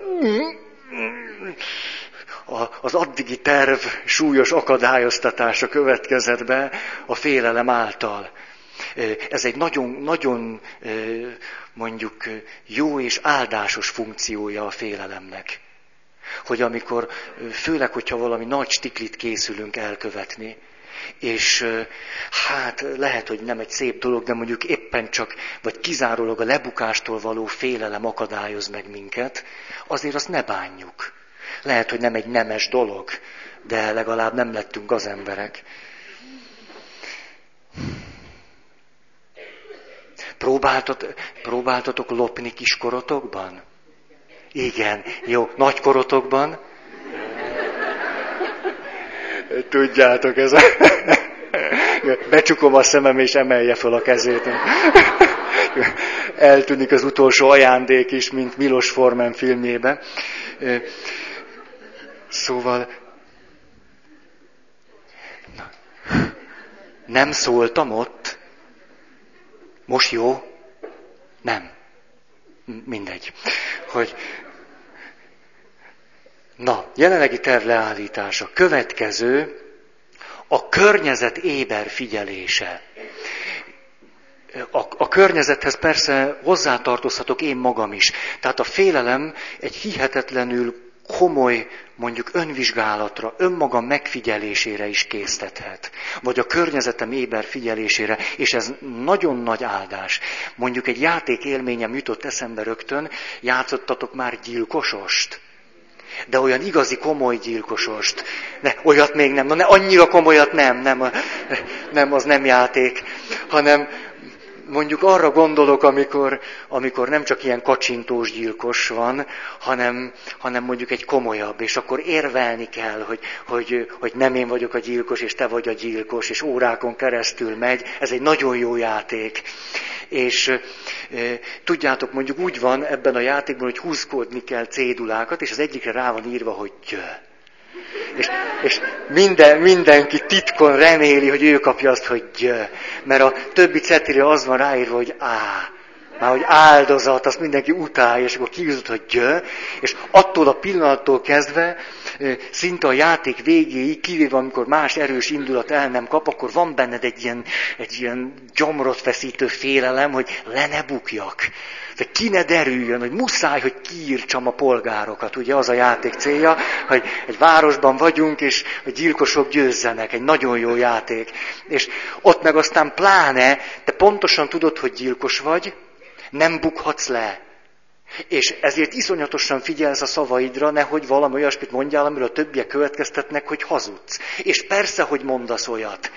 a, az addigi terv súlyos akadályoztatása következett be a félelem által. Ez egy nagyon, nagyon mondjuk jó és áldásos funkciója a félelemnek. Hogy amikor, főleg, hogyha valami nagy stiklit készülünk elkövetni, és hát lehet, hogy nem egy szép dolog, de mondjuk éppen csak, vagy kizárólag a lebukástól való félelem akadályoz meg minket, azért azt ne bánjuk. Lehet, hogy nem egy nemes dolog, de legalább nem lettünk az emberek. Próbáltat, próbáltatok lopni kiskorotokban? Igen, jó, nagykorotokban. Tudjátok, ez a... Becsukom a szemem, és emelje fel a kezét. Eltűnik az utolsó ajándék is, mint Milos Forman filmjében. Szóval... Nem szóltam ott? Most jó? Nem. Mindegy. Hogy... Na, jelenlegi terv leállítása. Következő, a környezet éber figyelése. A, a környezethez persze hozzátartozhatok én magam is. Tehát a félelem egy hihetetlenül komoly, mondjuk önvizsgálatra, önmagam megfigyelésére is késztethet. Vagy a környezetem éber figyelésére, és ez nagyon nagy áldás. Mondjuk egy játék élményem jutott eszembe rögtön, játszottatok már gyilkosost? De olyan igazi komoly gyilkosost. Ne, olyat még nem, na ne, annyira komolyat nem, nem, nem, az nem játék, hanem mondjuk arra gondolok, amikor, amikor nem csak ilyen kacsintós gyilkos van, hanem, hanem mondjuk egy komolyabb, és akkor érvelni kell, hogy, hogy, hogy nem én vagyok a gyilkos, és te vagy a gyilkos, és órákon keresztül megy. Ez egy nagyon jó játék. És e, tudjátok, mondjuk úgy van ebben a játékban, hogy húzkódni kell cédulákat, és az egyikre rá van írva, hogy gyö. És, és minden, mindenki titkon reméli, hogy ő kapja azt, hogy gyö. Mert a többi cetire az van ráírva, hogy á. Már hogy áldozat, azt mindenki utálja, és akkor kiüzött, hogy gyö. És attól a pillanattól kezdve, szinte a játék végéig, kivéve amikor más erős indulat el nem kap, akkor van benned egy ilyen, egy ilyen gyomrot feszítő félelem, hogy le ne bukjak. De ki ne derüljön, hogy muszáj, hogy kiírtsam a polgárokat. Ugye az a játék célja, hogy egy városban vagyunk, és a gyilkosok győzzenek. Egy nagyon jó játék. És ott meg aztán pláne, te pontosan tudod, hogy gyilkos vagy, nem bukhatsz le. És ezért iszonyatosan figyelsz a szavaidra, nehogy valami olyasmit mondjál, amiről a többiek következtetnek, hogy hazudsz. És persze, hogy mondasz olyat.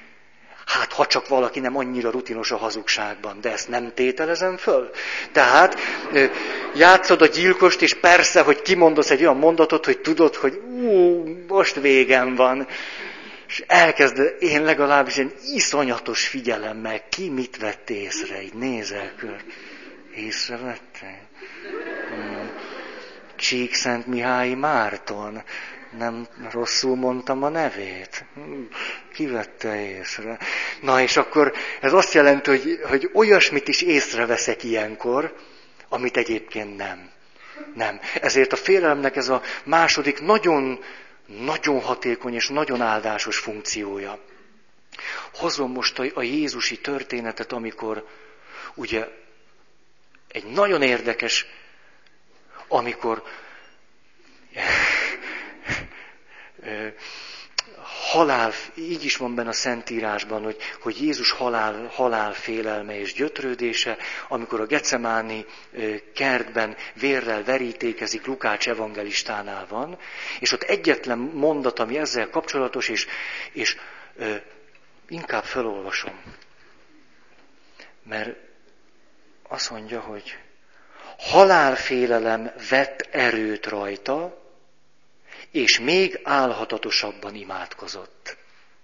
Hát, ha csak valaki nem annyira rutinos a hazugságban, de ezt nem tételezem föl. Tehát játszod a gyilkost, és persze, hogy kimondasz egy olyan mondatot, hogy tudod, hogy ú, most végem van. És elkezd, én legalábbis egy iszonyatos figyelemmel, ki mit vett észre, így nézel kör. Észrevette? Hmm. Csíkszentmihályi Márton. Nem rosszul mondtam a nevét. Ki vette észre? Na és akkor ez azt jelenti, hogy, hogy olyasmit is észreveszek ilyenkor, amit egyébként nem. Nem. Ezért a félelemnek ez a második nagyon, nagyon hatékony és nagyon áldásos funkciója. Hozom most a, a jézusi történetet, amikor ugye egy nagyon érdekes, amikor halál, így is van benne a Szentírásban, hogy, hogy Jézus halál, halál félelme és gyötrődése, amikor a Gecemáni kertben vérrel verítékezik, Lukács evangelistánál van, és ott egyetlen mondat, ami ezzel kapcsolatos, és, és ö, inkább felolvasom. Mert azt mondja, hogy halálfélelem vett erőt rajta, és még álhatatosabban imádkozott.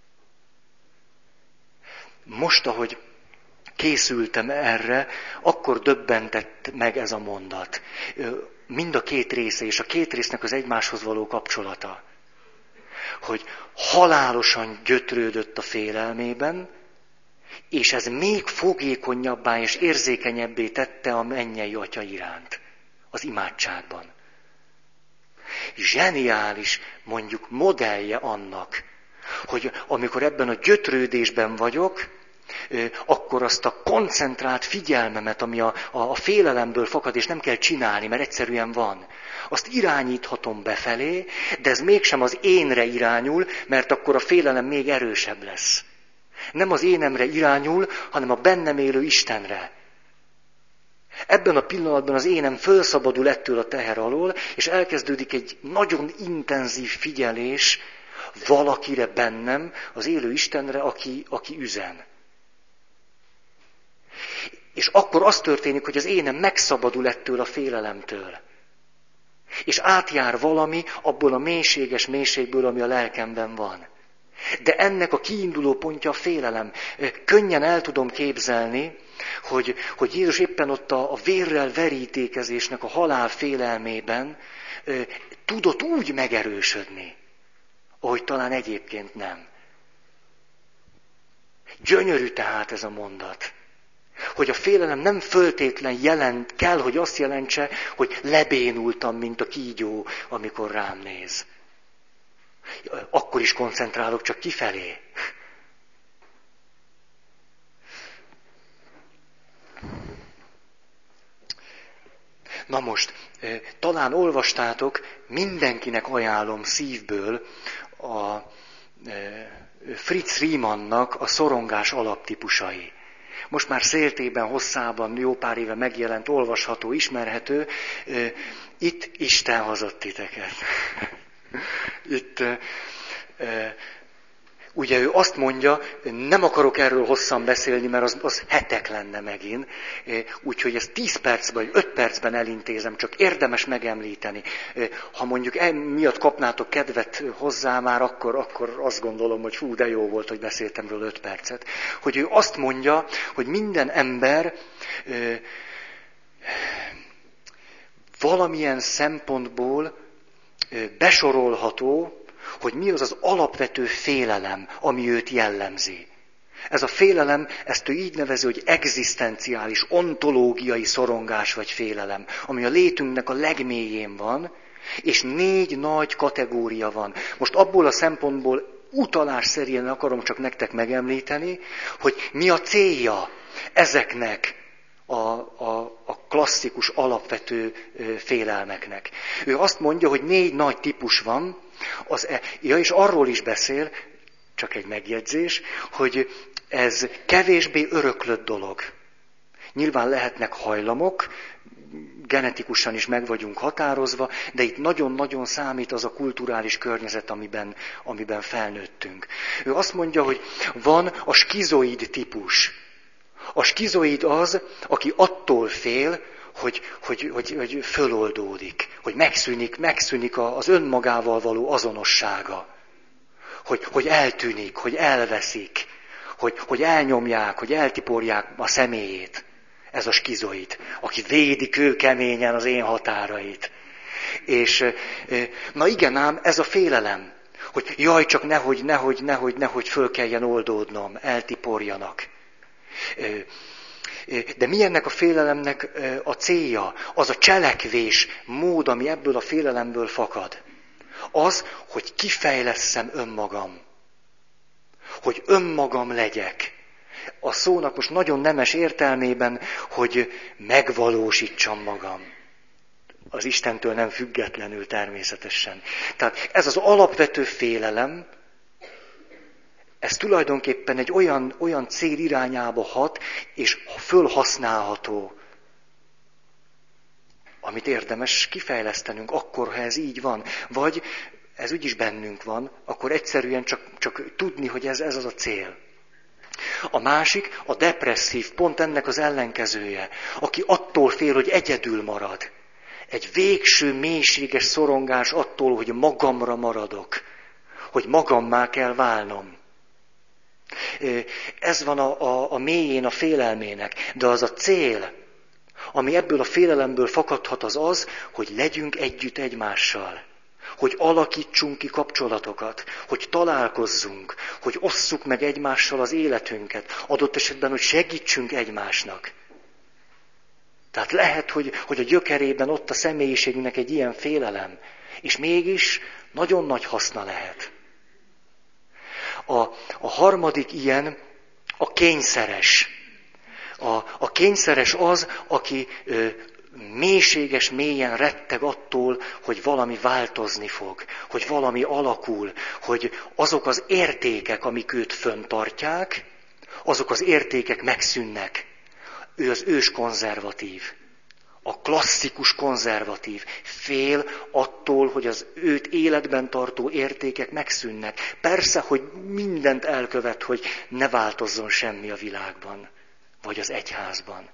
Most, ahogy készültem erre, akkor döbbentett meg ez a mondat. Mind a két része, és a két résznek az egymáshoz való kapcsolata. Hogy halálosan gyötrődött a félelmében, és ez még fogékonyabbá és érzékenyebbé tette a mennyei Atya iránt, az imádságban. Zseniális, mondjuk, modellje annak, hogy amikor ebben a gyötrődésben vagyok, akkor azt a koncentrált figyelmemet, ami a, a, a félelemből fakad, és nem kell csinálni, mert egyszerűen van, azt irányíthatom befelé, de ez mégsem az énre irányul, mert akkor a félelem még erősebb lesz. Nem az énemre irányul, hanem a bennem élő Istenre. Ebben a pillanatban az énem fölszabadul ettől a teher alól, és elkezdődik egy nagyon intenzív figyelés valakire bennem, az élő Istenre, aki, aki üzen. És akkor az történik, hogy az énem megszabadul ettől a félelemtől. És átjár valami abból a mélységes mélységből, ami a lelkemben van. De ennek a kiinduló pontja a félelem. Könnyen el tudom képzelni, hogy, hogy Jézus éppen ott a, a vérrel verítékezésnek a halál félelmében e, tudott úgy megerősödni, ahogy talán egyébként nem. Gyönyörű tehát ez a mondat, hogy a félelem nem föltétlen jelent, kell, hogy azt jelentse, hogy lebénultam, mint a kígyó, amikor rám néz. Akkor is koncentrálok csak kifelé. Na most, talán olvastátok, mindenkinek ajánlom szívből a Fritz Riemannnak a Szorongás alaptípusai. Most már széltében, hosszában, jó pár éve megjelent, olvasható, ismerhető. Itt Isten hozott titeket. Itt, ugye ő azt mondja, nem akarok erről hosszan beszélni, mert az, az hetek lenne megint, úgyhogy ezt tíz percben, vagy öt percben elintézem, csak érdemes megemlíteni. Ha mondjuk emiatt kapnátok kedvet hozzá már, akkor, akkor azt gondolom, hogy hú, de jó volt, hogy beszéltem róla öt percet. Hogy ő azt mondja, hogy minden ember valamilyen szempontból besorolható, hogy mi az az alapvető félelem, ami őt jellemzi. Ez a félelem, ezt ő így nevezi, hogy egzisztenciális, ontológiai szorongás vagy félelem, ami a létünknek a legmélyén van, és négy nagy kategória van. Most abból a szempontból utalás szerint akarom csak nektek megemlíteni, hogy mi a célja ezeknek a, a, a klasszikus, alapvető félelmeknek. Ő azt mondja, hogy négy nagy típus van, az e, ja, és arról is beszél, csak egy megjegyzés, hogy ez kevésbé öröklött dolog. Nyilván lehetnek hajlamok, genetikusan is meg vagyunk határozva, de itt nagyon-nagyon számít az a kulturális környezet, amiben, amiben felnőttünk. Ő azt mondja, hogy van a skizoid típus. A skizoid az, aki attól fél, hogy, hogy, hogy, hogy föloldódik, hogy megszűnik, megszűnik az önmagával való azonossága, hogy, hogy eltűnik, hogy elveszik, hogy, hogy elnyomják, hogy eltiporják a személyét. Ez a skizoid, aki védi kőkeményen az én határait. És na igen ám, ez a félelem, hogy jaj, csak nehogy, nehogy, nehogy, nehogy föl kelljen oldódnom, eltiporjanak. De mi ennek a félelemnek a célja? Az a cselekvés mód, ami ebből a félelemből fakad. Az, hogy kifejlesszem önmagam. Hogy önmagam legyek. A szónak most nagyon nemes értelmében, hogy megvalósítsam magam. az Istentől nem függetlenül természetesen. Tehát ez az alapvető félelem, ez tulajdonképpen egy olyan, olyan cél irányába hat, és fölhasználható, amit érdemes kifejlesztenünk akkor, ha ez így van. Vagy ez úgyis bennünk van, akkor egyszerűen csak, csak tudni, hogy ez, ez az a cél. A másik, a depresszív, pont ennek az ellenkezője, aki attól fél, hogy egyedül marad. Egy végső, mélységes szorongás attól, hogy magamra maradok, hogy magammá kell válnom. Ez van a, a, a mélyén a félelmének, de az a cél, ami ebből a félelemből fakadhat, az az, hogy legyünk együtt egymással. Hogy alakítsunk ki kapcsolatokat, hogy találkozzunk, hogy osszuk meg egymással az életünket, adott esetben, hogy segítsünk egymásnak. Tehát lehet, hogy, hogy a gyökerében ott a személyiségünknek egy ilyen félelem, és mégis nagyon nagy haszna lehet. A, a harmadik ilyen a kényszeres. A, a kényszeres az, aki ö, mélységes, mélyen retteg attól, hogy valami változni fog, hogy valami alakul, hogy azok az értékek, amik őt fenntartják, azok az értékek megszűnnek. Ő az ős konzervatív, a klasszikus konzervatív. Fél attól, hogy az őt életben tartó értékek megszűnnek. Persze, hogy mindent elkövet, hogy ne változzon semmi a világban, vagy az egyházban.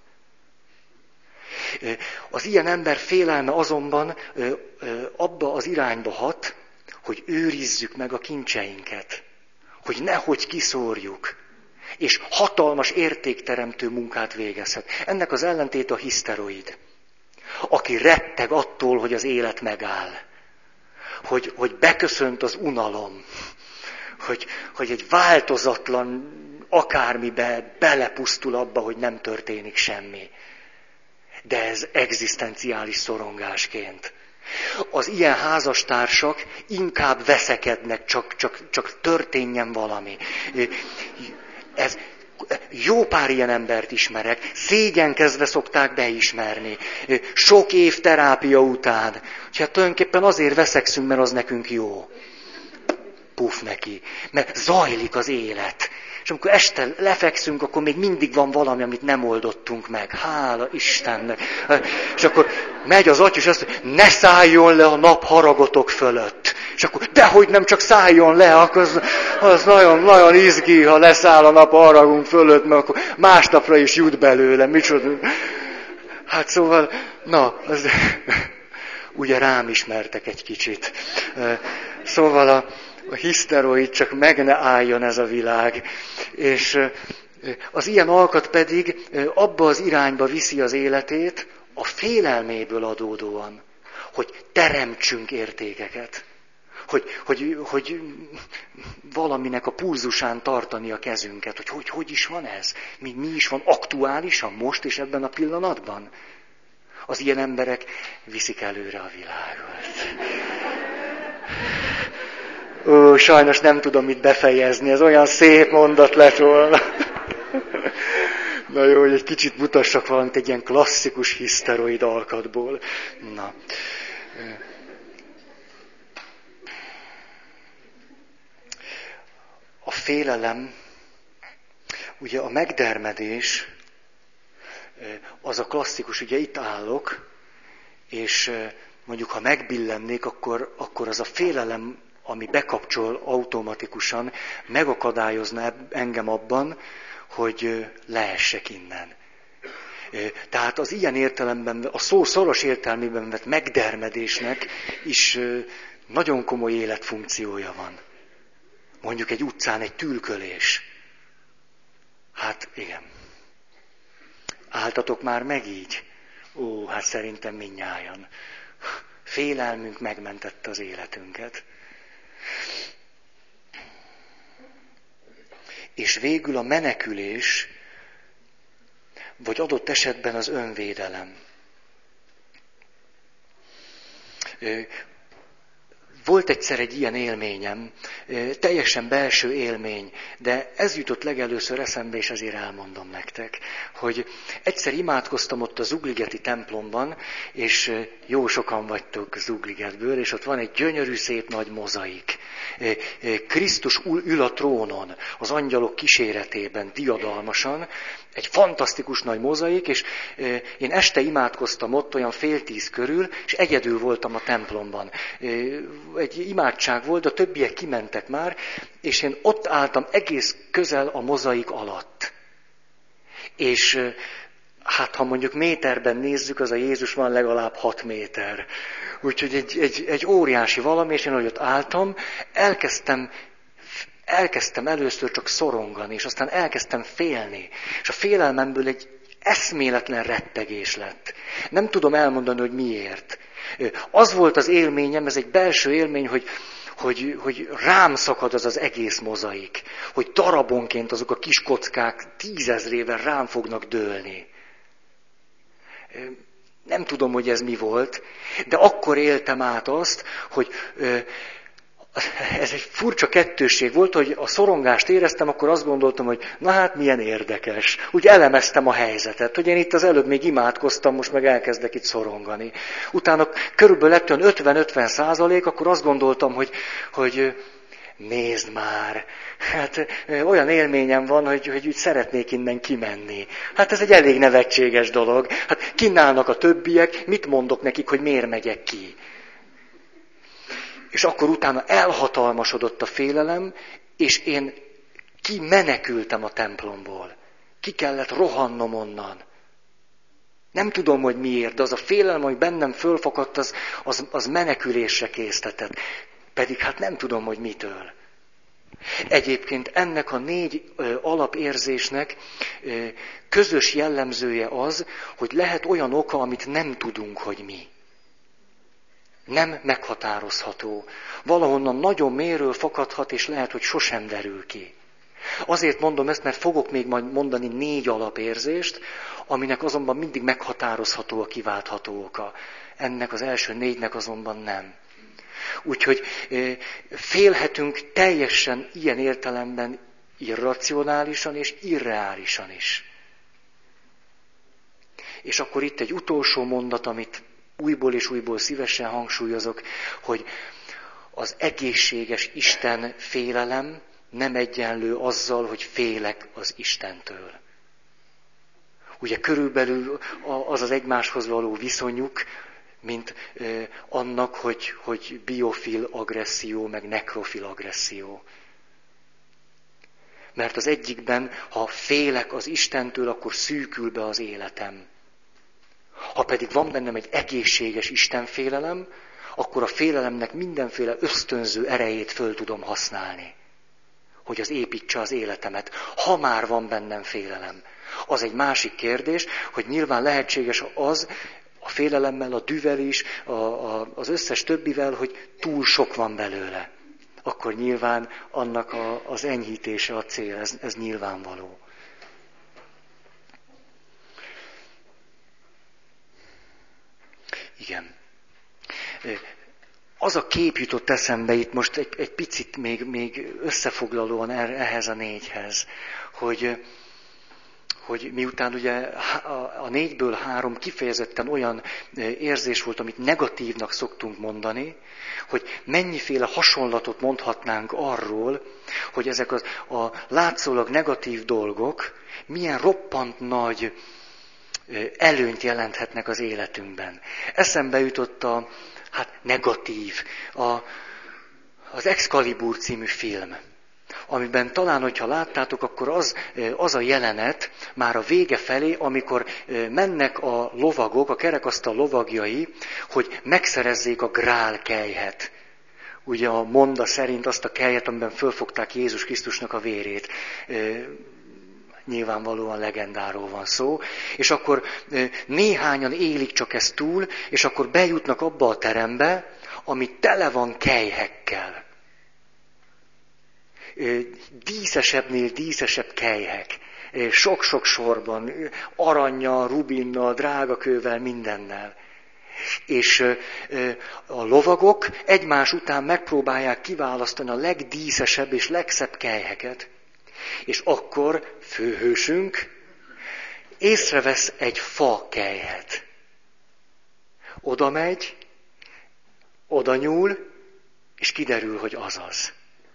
Az ilyen ember félelme azonban abba az irányba hat, hogy őrizzük meg a kincseinket, hogy nehogy kiszórjuk, és hatalmas értékteremtő munkát végezhet. Ennek az ellentéte a hiszteroid, aki retteg attól, hogy az élet megáll, hogy, hogy beköszönt az unalom, hogy, hogy egy változatlan akármibe belepusztul abba, hogy nem történik semmi. De ez egzisztenciális szorongásként. Az ilyen házastársak inkább veszekednek, csak, csak, csak történjen valami. Ez, jó pár ilyen embert ismerek, szégyenkezve szokták beismerni. Sok év terápia után. Hát tulajdonképpen azért veszekszünk, mert az nekünk jó. Puf neki. Mert zajlik az élet. És amikor este lefekszünk, akkor még mindig van valami, amit nem oldottunk meg. Hála Istennek. És akkor megy az atya, és azt mondja, ne szálljon le a nap haragotok fölött. És akkor, dehogy nem csak szálljon le, akkor az, az nagyon, nagyon izgi, ha leszáll a nap a haragunk fölött, mert akkor másnapra is jut belőle. Micsoda. Hát szóval, na, az, ugye rám ismertek egy kicsit. Szóval a a hiszteroid, csak meg ne álljon ez a világ. És az ilyen alkat pedig abba az irányba viszi az életét, a félelméből adódóan, hogy teremtsünk értékeket. Hogy, hogy, hogy valaminek a pulzusán tartani a kezünket, hogy hogy, hogy is van ez? Mi, mi is van aktuálisan most és ebben a pillanatban? Az ilyen emberek viszik előre a világot. Ó, sajnos nem tudom mit befejezni, ez olyan szép mondat lett volna. Na jó, hogy egy kicsit mutassak valamit egy ilyen klasszikus hiszteroid alkatból. Na. A félelem, ugye a megdermedés, az a klasszikus, ugye itt állok, és mondjuk ha megbillennék, akkor, akkor az a félelem, ami bekapcsol automatikusan, megakadályozna engem abban, hogy leessek innen. Tehát az ilyen értelemben, a szó szoros értelmében vett megdermedésnek is nagyon komoly életfunkciója van. Mondjuk egy utcán egy tülkölés. Hát igen. Álltatok már meg így? Ó, hát szerintem mindnyájan. Félelmünk megmentette az életünket. És végül a menekülés, vagy adott esetben az önvédelem. Volt egyszer egy ilyen élményem, teljesen belső élmény, de ez jutott legelőször eszembe, és ezért elmondom nektek, hogy egyszer imádkoztam ott a Zugligeti templomban, és jó sokan vagytok Zugligetből, és ott van egy gyönyörű, szép nagy mozaik. Krisztus ül a trónon, az angyalok kíséretében, diadalmasan, egy fantasztikus nagy mozaik, és én este imádkoztam ott olyan fél tíz körül, és egyedül voltam a templomban. Egy imádság volt, a többiek kimentek már, és én ott álltam egész közel a mozaik alatt. És hát ha mondjuk méterben nézzük, az a Jézus van legalább hat méter. Úgyhogy egy, egy, egy óriási valami, és én ahogy ott álltam, elkezdtem Elkezdtem először csak szorongani, és aztán elkezdtem félni. És a félelmemből egy eszméletlen rettegés lett. Nem tudom elmondani, hogy miért. Az volt az élményem, ez egy belső élmény, hogy, hogy, hogy rám szakad az az egész mozaik. Hogy darabonként azok a kis kockák tízezrével rám fognak dőlni. Nem tudom, hogy ez mi volt, de akkor éltem át azt, hogy... Ez egy furcsa kettősség volt, hogy a szorongást éreztem, akkor azt gondoltam, hogy na hát milyen érdekes. Úgy elemeztem a helyzetet, hogy én itt az előbb még imádkoztam, most meg elkezdek itt szorongani. Utána körülbelül lett olyan ötven-ötven százalék, akkor azt gondoltam, hogy, hogy nézd már, hát olyan élményem van, hogy, hogy úgy szeretnék innen kimenni. Hát ez egy elég nevetséges dolog. Hát kínálnak a többiek, mit mondok nekik, hogy miért megyek ki? És akkor utána elhatalmasodott a félelem, és én kimenekültem a templomból. Ki kellett rohannom onnan. Nem tudom, hogy miért, de az a félelem, hogy bennem fölfakadt, az, az, az menekülésre késztetett. Pedig hát nem tudom, hogy mitől. Egyébként ennek a négy ö, alapérzésnek ö, közös jellemzője az, hogy lehet olyan oka, amit nem tudunk, hogy mi. Nem meghatározható. Valahonnan nagyon mélyről fakadhat, és lehet, hogy sosem derül ki. Azért mondom ezt, mert fogok még majd mondani négy alapérzést, aminek azonban mindig meghatározható a kiváltható oka. Ennek az első négynek azonban nem. Úgyhogy félhetünk teljesen ilyen értelemben irracionálisan és irreálisan is. És akkor itt egy utolsó mondat, amit újból és újból szívesen hangsúlyozok, hogy az egészséges Isten félelem nem egyenlő azzal, hogy félek az Istentől. Ugye körülbelül az az egymáshoz való viszonyuk, mint annak, hogy, hogy biofil agresszió, meg nekrofil agresszió. Mert az egyikben, ha félek az Istentől, akkor szűkül be az életem. Ha pedig van bennem egy egészséges istenfélelem, akkor a félelemnek mindenféle ösztönző erejét föl tudom használni, hogy az építse az életemet, ha már van bennem félelem. Az egy másik kérdés, hogy nyilván lehetséges az, a félelemmel, a dühvel is, a, a, az összes többivel, hogy túl sok van belőle. Akkor nyilván annak a, az enyhítése a cél, ez, ez nyilvánvaló. Igen. Az a kép jutott eszembe itt most egy, egy picit még, még összefoglalóan ehhez a négyhez, hogy, hogy miután ugye a, a négyből három kifejezetten olyan érzés volt, amit negatívnak szoktunk mondani, hogy mennyiféle hasonlatot mondhatnánk arról, hogy ezek az, a látszólag negatív dolgok milyen roppant nagy előnyt jelenthetnek az életünkben. Eszembe jutott a hát negatív, a, az Excalibur című film, amiben talán, hogyha láttátok, akkor az, az a jelenet már a vége felé, amikor mennek a lovagok, a kerekasztal lovagjai, hogy megszerezzék a grál kelyhet. Ugye a monda szerint azt a kelyhet, amiben fölfogták Jézus Krisztusnak a vérét. Nyilvánvalóan legendáról van szó, és akkor néhányan élik csak ezt túl, és akkor bejutnak abba a terembe, ami tele van kelyhekkel. Díszesebbnél díszesebb kelyhek, sok-sok sorban, arannyal, rubinnal, drágakővel, mindennel. És a lovagok egymás után megpróbálják kiválasztani a legdíszesebb és legszebb kelyheket. És akkor főhősünk észrevesz egy fa kelyhet. Oda megy, oda nyúl, és kiderül, hogy az az.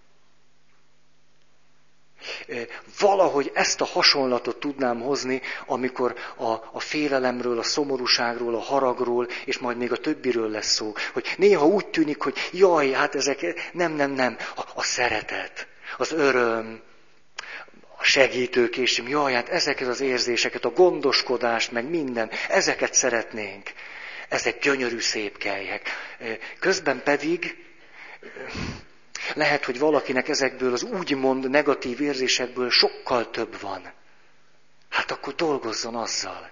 Valahogy ezt a hasonlatot tudnám hozni, amikor a, a félelemről, a szomorúságról, a haragról, és majd még a többiről lesz szó. Hogy néha úgy tűnik, hogy jaj, hát ezek nem, nem, nem. A, a szeretet, az öröm, a segítőkészség, jaj, hát ezeket az érzéseket, a gondoskodást, meg minden, ezeket szeretnénk. Ezek gyönyörű szép kelyhek. Közben pedig lehet, hogy valakinek ezekből az úgymond negatív érzésekből sokkal több van. Hát akkor dolgozzon azzal.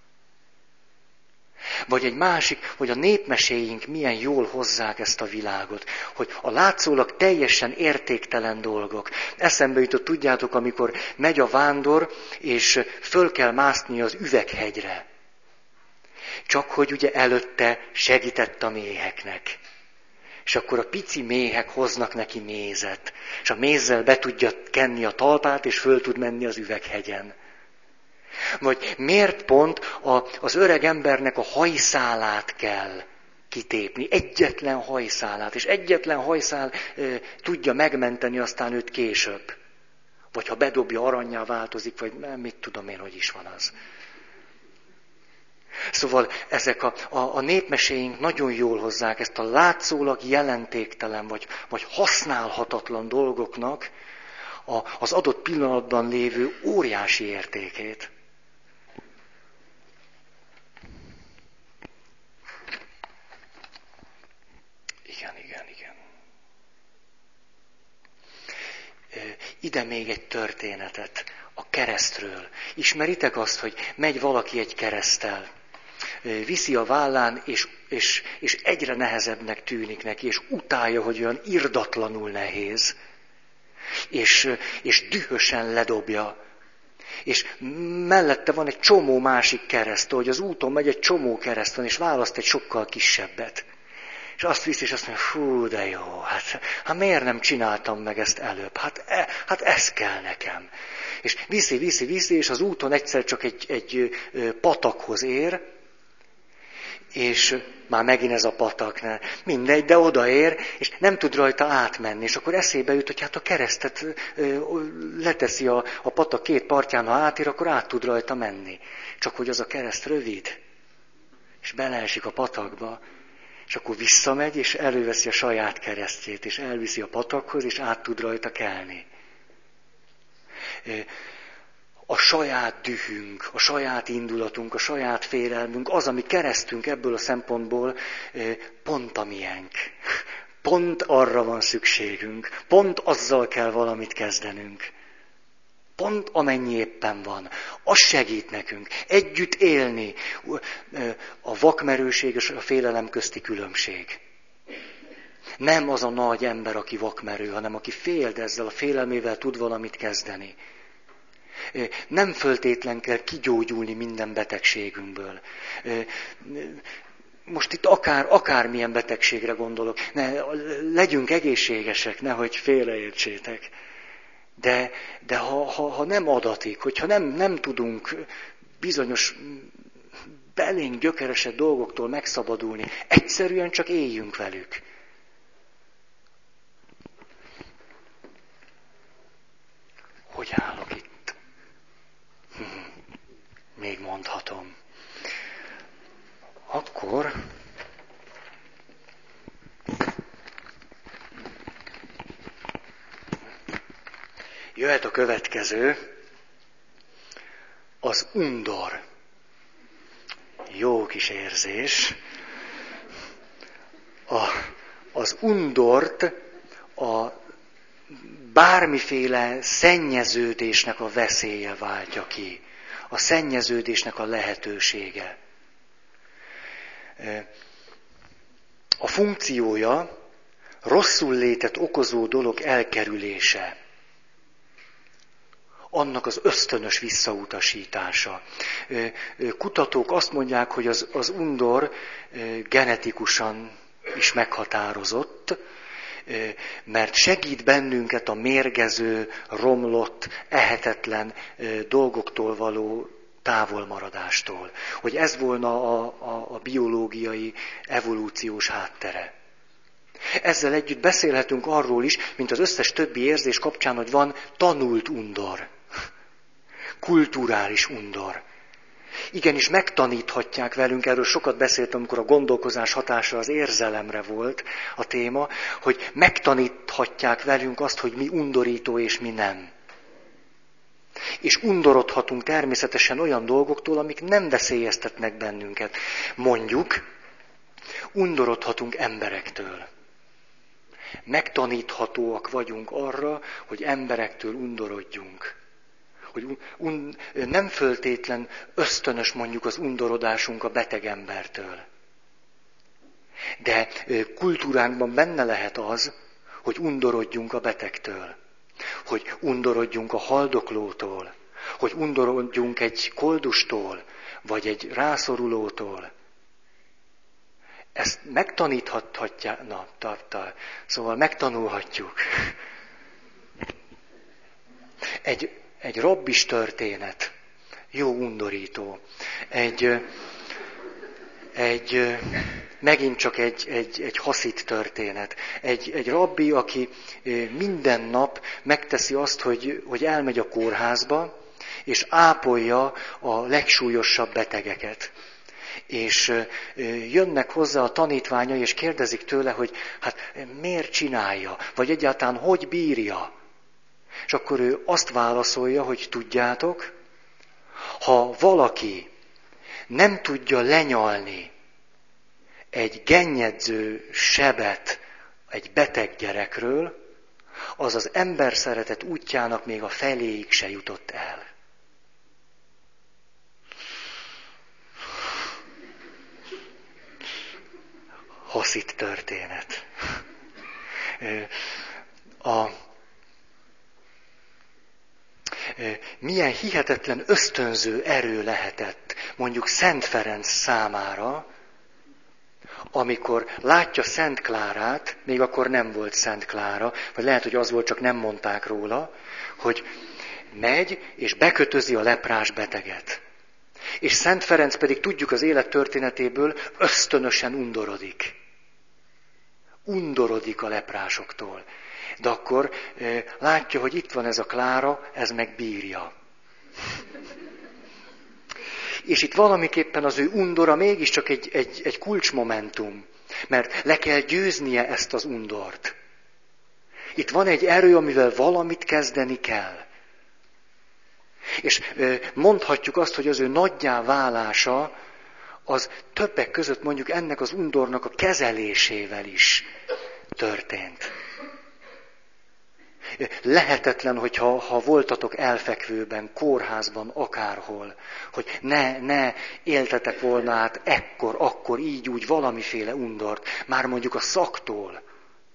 Vagy egy másik, hogy a népmeséink milyen jól hozzák ezt a világot. Hogy a látszólag teljesen értéktelen dolgok. Eszembe jutott, tudjátok, amikor megy a vándor, és föl kell mászni az üveghegyre. Csak hogy ugye előtte segített a méheknek. És akkor a pici méhek hoznak neki mézet. És a mézzel be tudja kenni a talpát, és föl tud menni az üveghegyen. Vagy miért pont a, az öreg embernek a hajszálát kell kitépni? Egyetlen hajszálát. És egyetlen hajszál e, tudja megmenteni aztán őt később. Vagy ha bedobja, arannyá változik, vagy mit tudom én, hogy is van az. Szóval ezek a, a, a népmeséink nagyon jól hozzák ezt a látszólag jelentéktelen, vagy, vagy használhatatlan dolgoknak a, az adott pillanatban lévő óriási értékét. Igen, igen, igen. Ide még egy történetet a keresztről. Ismeritek azt, hogy megy valaki egy kereszttel, viszi a vállán, és, és, és egyre nehezebbnek tűnik neki, és utálja, hogy olyan irdatlanul nehéz, és, és dühösen ledobja. És mellette van egy csomó másik kereszt, hogy az úton megy egy csomó kereszt van, és választ egy sokkal kisebbet. És azt viszi, és azt mondja, fú, de jó, hát, hát miért nem csináltam meg ezt előbb? Hát, e, hát ez kell nekem. És viszi, viszi, viszi, és az úton egyszer csak egy, egy patakhoz ér, és már megint ez a patak, ne, mindegy, de odaér, és nem tud rajta átmenni. És akkor eszébe jut, hogy hát a keresztet leteszi a, a patak két partján, ha átér, akkor át tud rajta menni. Csak hogy az a kereszt rövid, és beleesik a patakba, és akkor visszamegy, és előveszi a saját keresztjét, és elviszi a patakhoz, és át tud rajta kelni. A saját dühünk, a saját indulatunk, a saját félelmünk, az, ami keresztünk ebből a szempontból, pont a miénk. Pont arra van szükségünk. Pont azzal kell valamit kezdenünk. Pont amennyi éppen van. Az segít nekünk. Együtt élni. A vakmerőség és a félelem közti különbség. Nem az a nagy ember, aki vakmerő, hanem aki fél, de ezzel a félelmével tud valamit kezdeni. Nem föltétlen kell kigyógyulni minden betegségünkből. Most itt akár, akármilyen betegségre gondolok. Ne, legyünk egészségesek, nehogy félreértsétek. De, de ha, ha, ha nem adatik, hogyha nem, nem tudunk bizonyos belénk gyökeresebb dolgoktól megszabadulni, egyszerűen csak éljünk velük. Hogy állok itt? Még mondhatom. Akkor jöhet a következő, az undor. Jó kis érzés. A, az undort a bármiféle szennyeződésnek a veszélye váltja ki. A szennyeződésnek a lehetősége. A funkciója rosszul létet okozó dolog elkerülése. annak az ösztönös visszautasítása. Kutatók azt mondják, hogy az, az undor genetikusan is meghatározott, mert segít bennünket a mérgező, romlott, ehetetlen dolgoktól való távolmaradástól. Hogy ez volna a, a, a biológiai, evolúciós háttere. Ezzel együtt beszélhetünk arról is, mint az összes többi érzés kapcsán, hogy van tanult undor, kulturális undor. Igenis megtaníthatják velünk, erről sokat beszéltem, amikor a gondolkozás hatása az érzelemre volt a téma, hogy megtaníthatják velünk azt, hogy mi undorító és mi nem. És undorodhatunk természetesen olyan dolgoktól, amik nem veszélyeztetnek bennünket. Mondjuk, undorodhatunk emberektől. Megtaníthatóak vagyunk arra, hogy emberektől undorodjunk. Hogy un, nem föltétlen ösztönös mondjuk az undorodásunk a beteg embertől. De kultúránkban benne lehet az, hogy undorodjunk a betegtől. Hogy undorodjunk a haldoklótól. Hogy undorodjunk egy koldustól, vagy egy rászorulótól. Ezt megtaníthatják, na, tartal, szóval megtanulhatjuk. Egy, egy rabbis történet, jó undorító. Egy, egy, megint csak egy, egy, egy haszid történet. Egy, egy rabbi, aki minden nap megteszi azt, hogy, hogy elmegy a kórházba, és ápolja a legsúlyosabb betegeket. És jönnek hozzá a tanítványai, és kérdezik tőle, hogy hát miért csinálja, vagy egyáltalán hogy bírja. És akkor ő azt válaszolja, hogy tudjátok, ha valaki nem tudja lenyalni egy gennyedző sebet egy beteg gyerekről, az az ember szeretet útjának még a feléig se jutott el. Haszid történet. A, milyen hihetetlen ösztönző erő lehetett mondjuk Szent Ferenc számára, amikor látja Szent Klárát, még akkor nem volt Szent Klára, vagy lehet, hogy az volt, csak nem mondták róla, hogy megy és bekötözi a leprás beteget. És Szent Ferenc pedig tudjuk az élet történetéből, ösztönösen undorodik. Undorodik a leprásoktól. De akkor e, látja, hogy itt van ez a Klára, ez meg bírja. És itt valamiképpen az ő undora mégiscsak egy, egy, egy kulcsmomentum. Mert le kell győznie ezt az undort. Itt van egy erő, amivel valamit kezdeni kell. És e, mondhatjuk azt, hogy az ő nagyjá válása, az többek között mondjuk ennek az undornak a kezelésével is történt. Lehetetlen, hogyha ha voltatok elfekvőben, kórházban, akárhol, hogy ne, ne éltetek volna át ekkor, akkor, így, úgy valamiféle undort, már mondjuk a szaktól.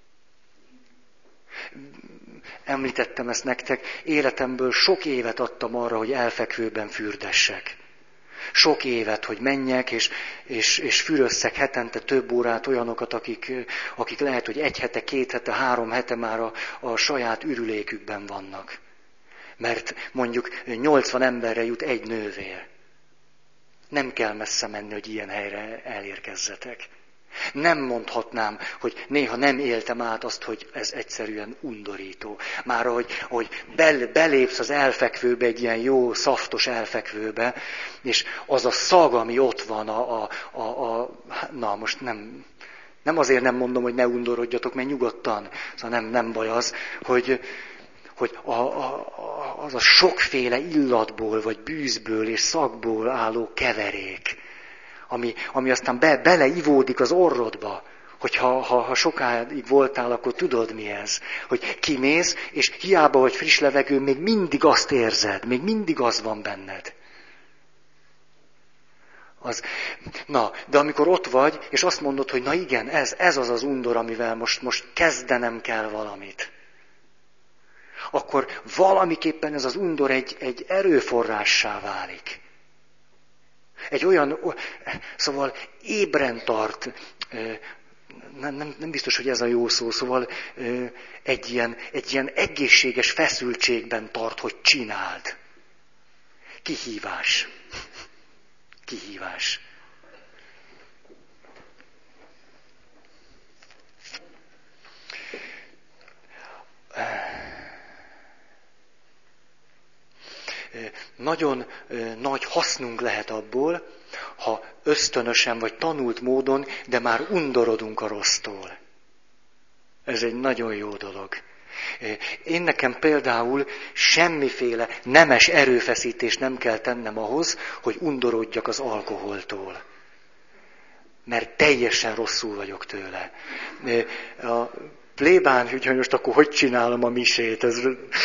Említettem ezt nektek, életemből sok évet adtam arra, hogy elfekvőben fürdessek. Sok évet, hogy menjek, és, és, és fürösszek hetente több órát olyanokat, akik, akik lehet, hogy egy hete, két hete, három hete már a, a saját ürülékükben vannak. Mert mondjuk nyolcvan emberre jut egy nővér. Nem kell messze menni, hogy ilyen helyre elérkezzetek. Nem mondhatnám, hogy néha nem éltem át azt, hogy ez egyszerűen undorító. Már hogy, hogy bel, belépsz az elfekvőbe, egy ilyen jó, szaftos elfekvőbe, és az a szag, ami ott van, a, a, a, a na most nem, nem azért nem mondom, hogy ne undorodjatok, mert nyugodtan, szóval nem, nem baj az, hogy, hogy a, a, az a sokféle illatból, vagy bűzből és szagból álló keverék, Ami, ami aztán be, beleivódik az orrodba, hogy ha, ha, ha sokáig voltál, akkor tudod mi ez. Hogy kimész, és hiába vagy friss levegő, még mindig azt érzed, még mindig az van benned. Az, na, de amikor ott vagy, és azt mondod, hogy na igen, ez, ez az az undor, amivel most, most kezdenem kell valamit. akkor valamiképpen ez az undor egy, egy erőforrássá válik. Egy olyan, szóval ébren tart, nem, nem, nem biztos, hogy ez a jó szó, szóval egy ilyen, egy ilyen egészséges feszültségben tart, hogy csináld. Kihívás. Kihívás. Nagyon nagy hasznunk lehet abból, ha ösztönösen vagy tanult módon, de már undorodunk a rossztól. Ez egy nagyon jó dolog. Én nekem például semmiféle nemes erőfeszítést nem kell tennem ahhoz, hogy undorodjak az alkoholtól. Mert teljesen rosszul vagyok tőle. A plébán, hogy most akkor hogy csinálom a misét? Ez...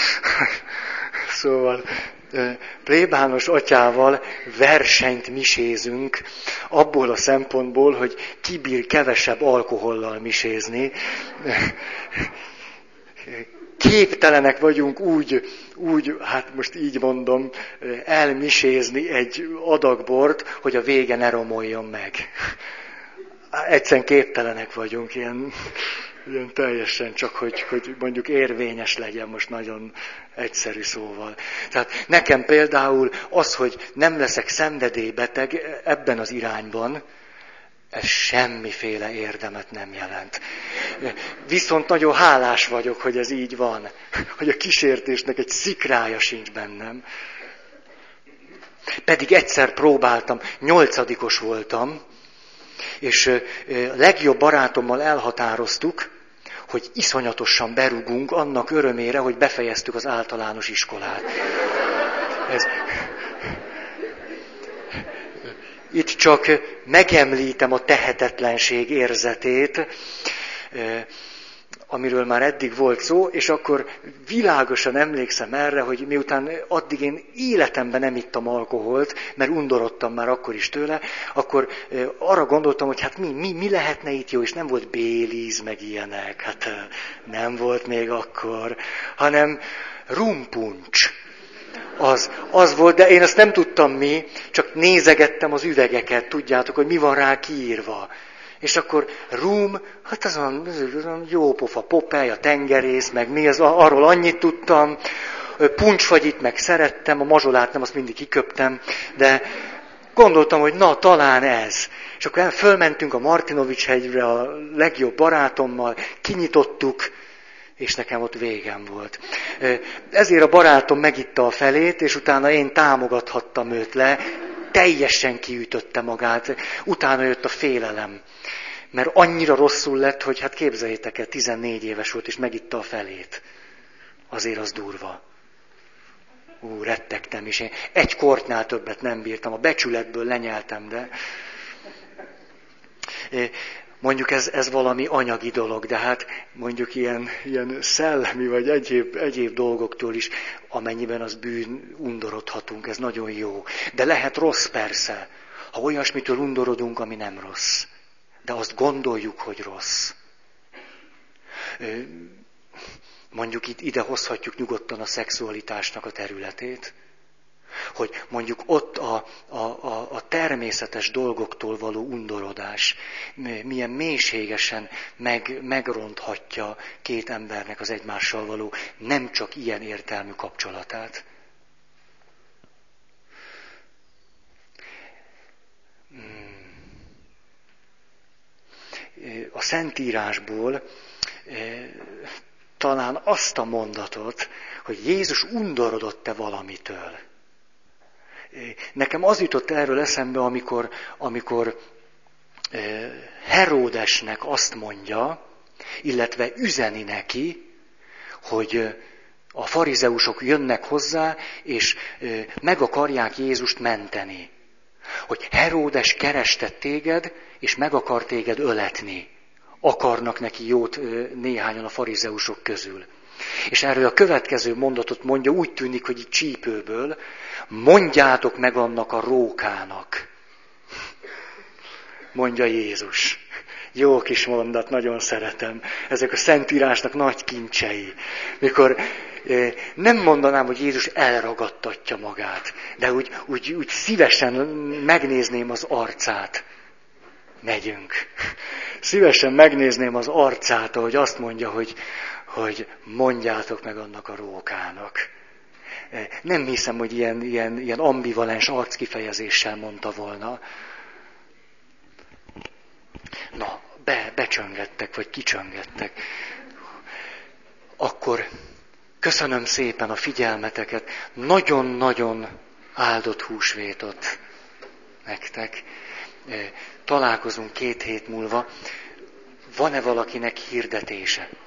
Szóval plébános atyával versenyt misézünk, abból a szempontból, hogy ki bír kevesebb alkohollal misézni. Képtelenek vagyunk úgy, úgy, hát most így mondom, elmisézni egy adag bort, hogy a vége ne romoljon meg. Egyszerűen képtelenek vagyunk, ilyen, ilyen teljesen csak, hogy, hogy mondjuk érvényes legyen, most nagyon egyszerű szóval. Tehát nekem például az, hogy nem leszek szenvedélybeteg ebben az irányban, ez semmiféle érdemet nem jelent. Viszont nagyon hálás vagyok, hogy ez így van. Hogy a kísértésnek egy szikrája sincs bennem. Pedig egyszer próbáltam, nyolcadikos voltam, és a legjobb barátommal elhatároztuk, hogy iszonyatosan berugunk annak örömére, hogy befejeztük az általános iskolát. Ez... Itt csak megemlítem a tehetetlenség érzetét, amiről már eddig volt szó, és akkor világosan emlékszem erre, hogy miután addig én életemben nem ittam alkoholt, mert undorodtam már akkor is tőle, akkor arra gondoltam, hogy hát mi, mi, mi lehetne itt jó, és nem volt béliz, meg ilyenek, hát nem volt még akkor, hanem rumpuncs. Az, az volt, de én azt nem tudtam mi, csak nézegettem az üvegeket, tudjátok, hogy mi van rá kiírva. És akkor rum, hát az olyan jó pofa, Popeye, a tengerész, meg mi, az, arról annyit tudtam. Puncsfagyit meg szerettem, a mazsolát nem, azt mindig kiköptem, de gondoltam, hogy na, talán ez. És akkor fölmentünk a Martinovics hegyre a legjobb barátommal, kinyitottuk, és nekem ott végem volt. Ezért a barátom megitta a felét, és utána én támogathattam őt le, teljesen kiütötte magát, utána jött a félelem. Mert annyira rosszul lett, hogy hát képzeljétek el, tizennégy éves volt, és megitta a felét. Azért az durva. Ú, rettegtem is. Én egy kortnál többet nem bírtam, a becsületből lenyeltem, de... Mondjuk ez, ez valami anyagi dolog, de hát mondjuk ilyen, ilyen szellemi vagy egyéb, egyéb dolgoktól is, amennyiben az bűn, undorodhatunk, ez nagyon jó. De lehet rossz persze, ha olyasmitől undorodunk, ami nem rossz. De azt gondoljuk, hogy rossz. Mondjuk itt ide hozhatjuk nyugodtan a szexualitásnak a területét, hogy mondjuk ott a, a, a, a természetes dolgoktól való undorodás milyen mélységesen meg, megronthatja két embernek az egymással való nem csak ilyen értelmű kapcsolatát. A Szentírásból talán azt a mondatot, hogy Jézus undorodott-e valamitől. Nekem az jutott erről eszembe, amikor, amikor Heródesnek azt mondja, illetve üzeni neki, hogy a farizeusok jönnek hozzá, és meg akarják Jézust menteni. Hogy Heródes kerestet téged, és meg akar téged öletni. Akarnak neki jót néhányan a farizeusok közül. És erről a következő mondatot mondja, úgy tűnik, hogy itt csípőből, mondjátok meg annak a rókának, mondja Jézus. Jó kis mondat, nagyon szeretem. Ezek a Szentírásnak nagy kincsei. Mikor Nem mondanám, hogy Jézus elragadtatja magát, de úgy, úgy, úgy szívesen megnézném az arcát. Megyünk. Szívesen megnézném az arcát, ahogy azt mondja, hogy, hogy mondjátok meg annak a rókának. Nem hiszem, hogy ilyen, ilyen, ilyen ambivalens arckifejezéssel mondta volna. Na, be, becsöngettek, vagy kicsöngettek. Akkor köszönöm szépen a figyelmeteket. Nagyon-nagyon áldott húsvétot nektek. Találkozunk két hét múlva. Van-e valakinek hirdetése?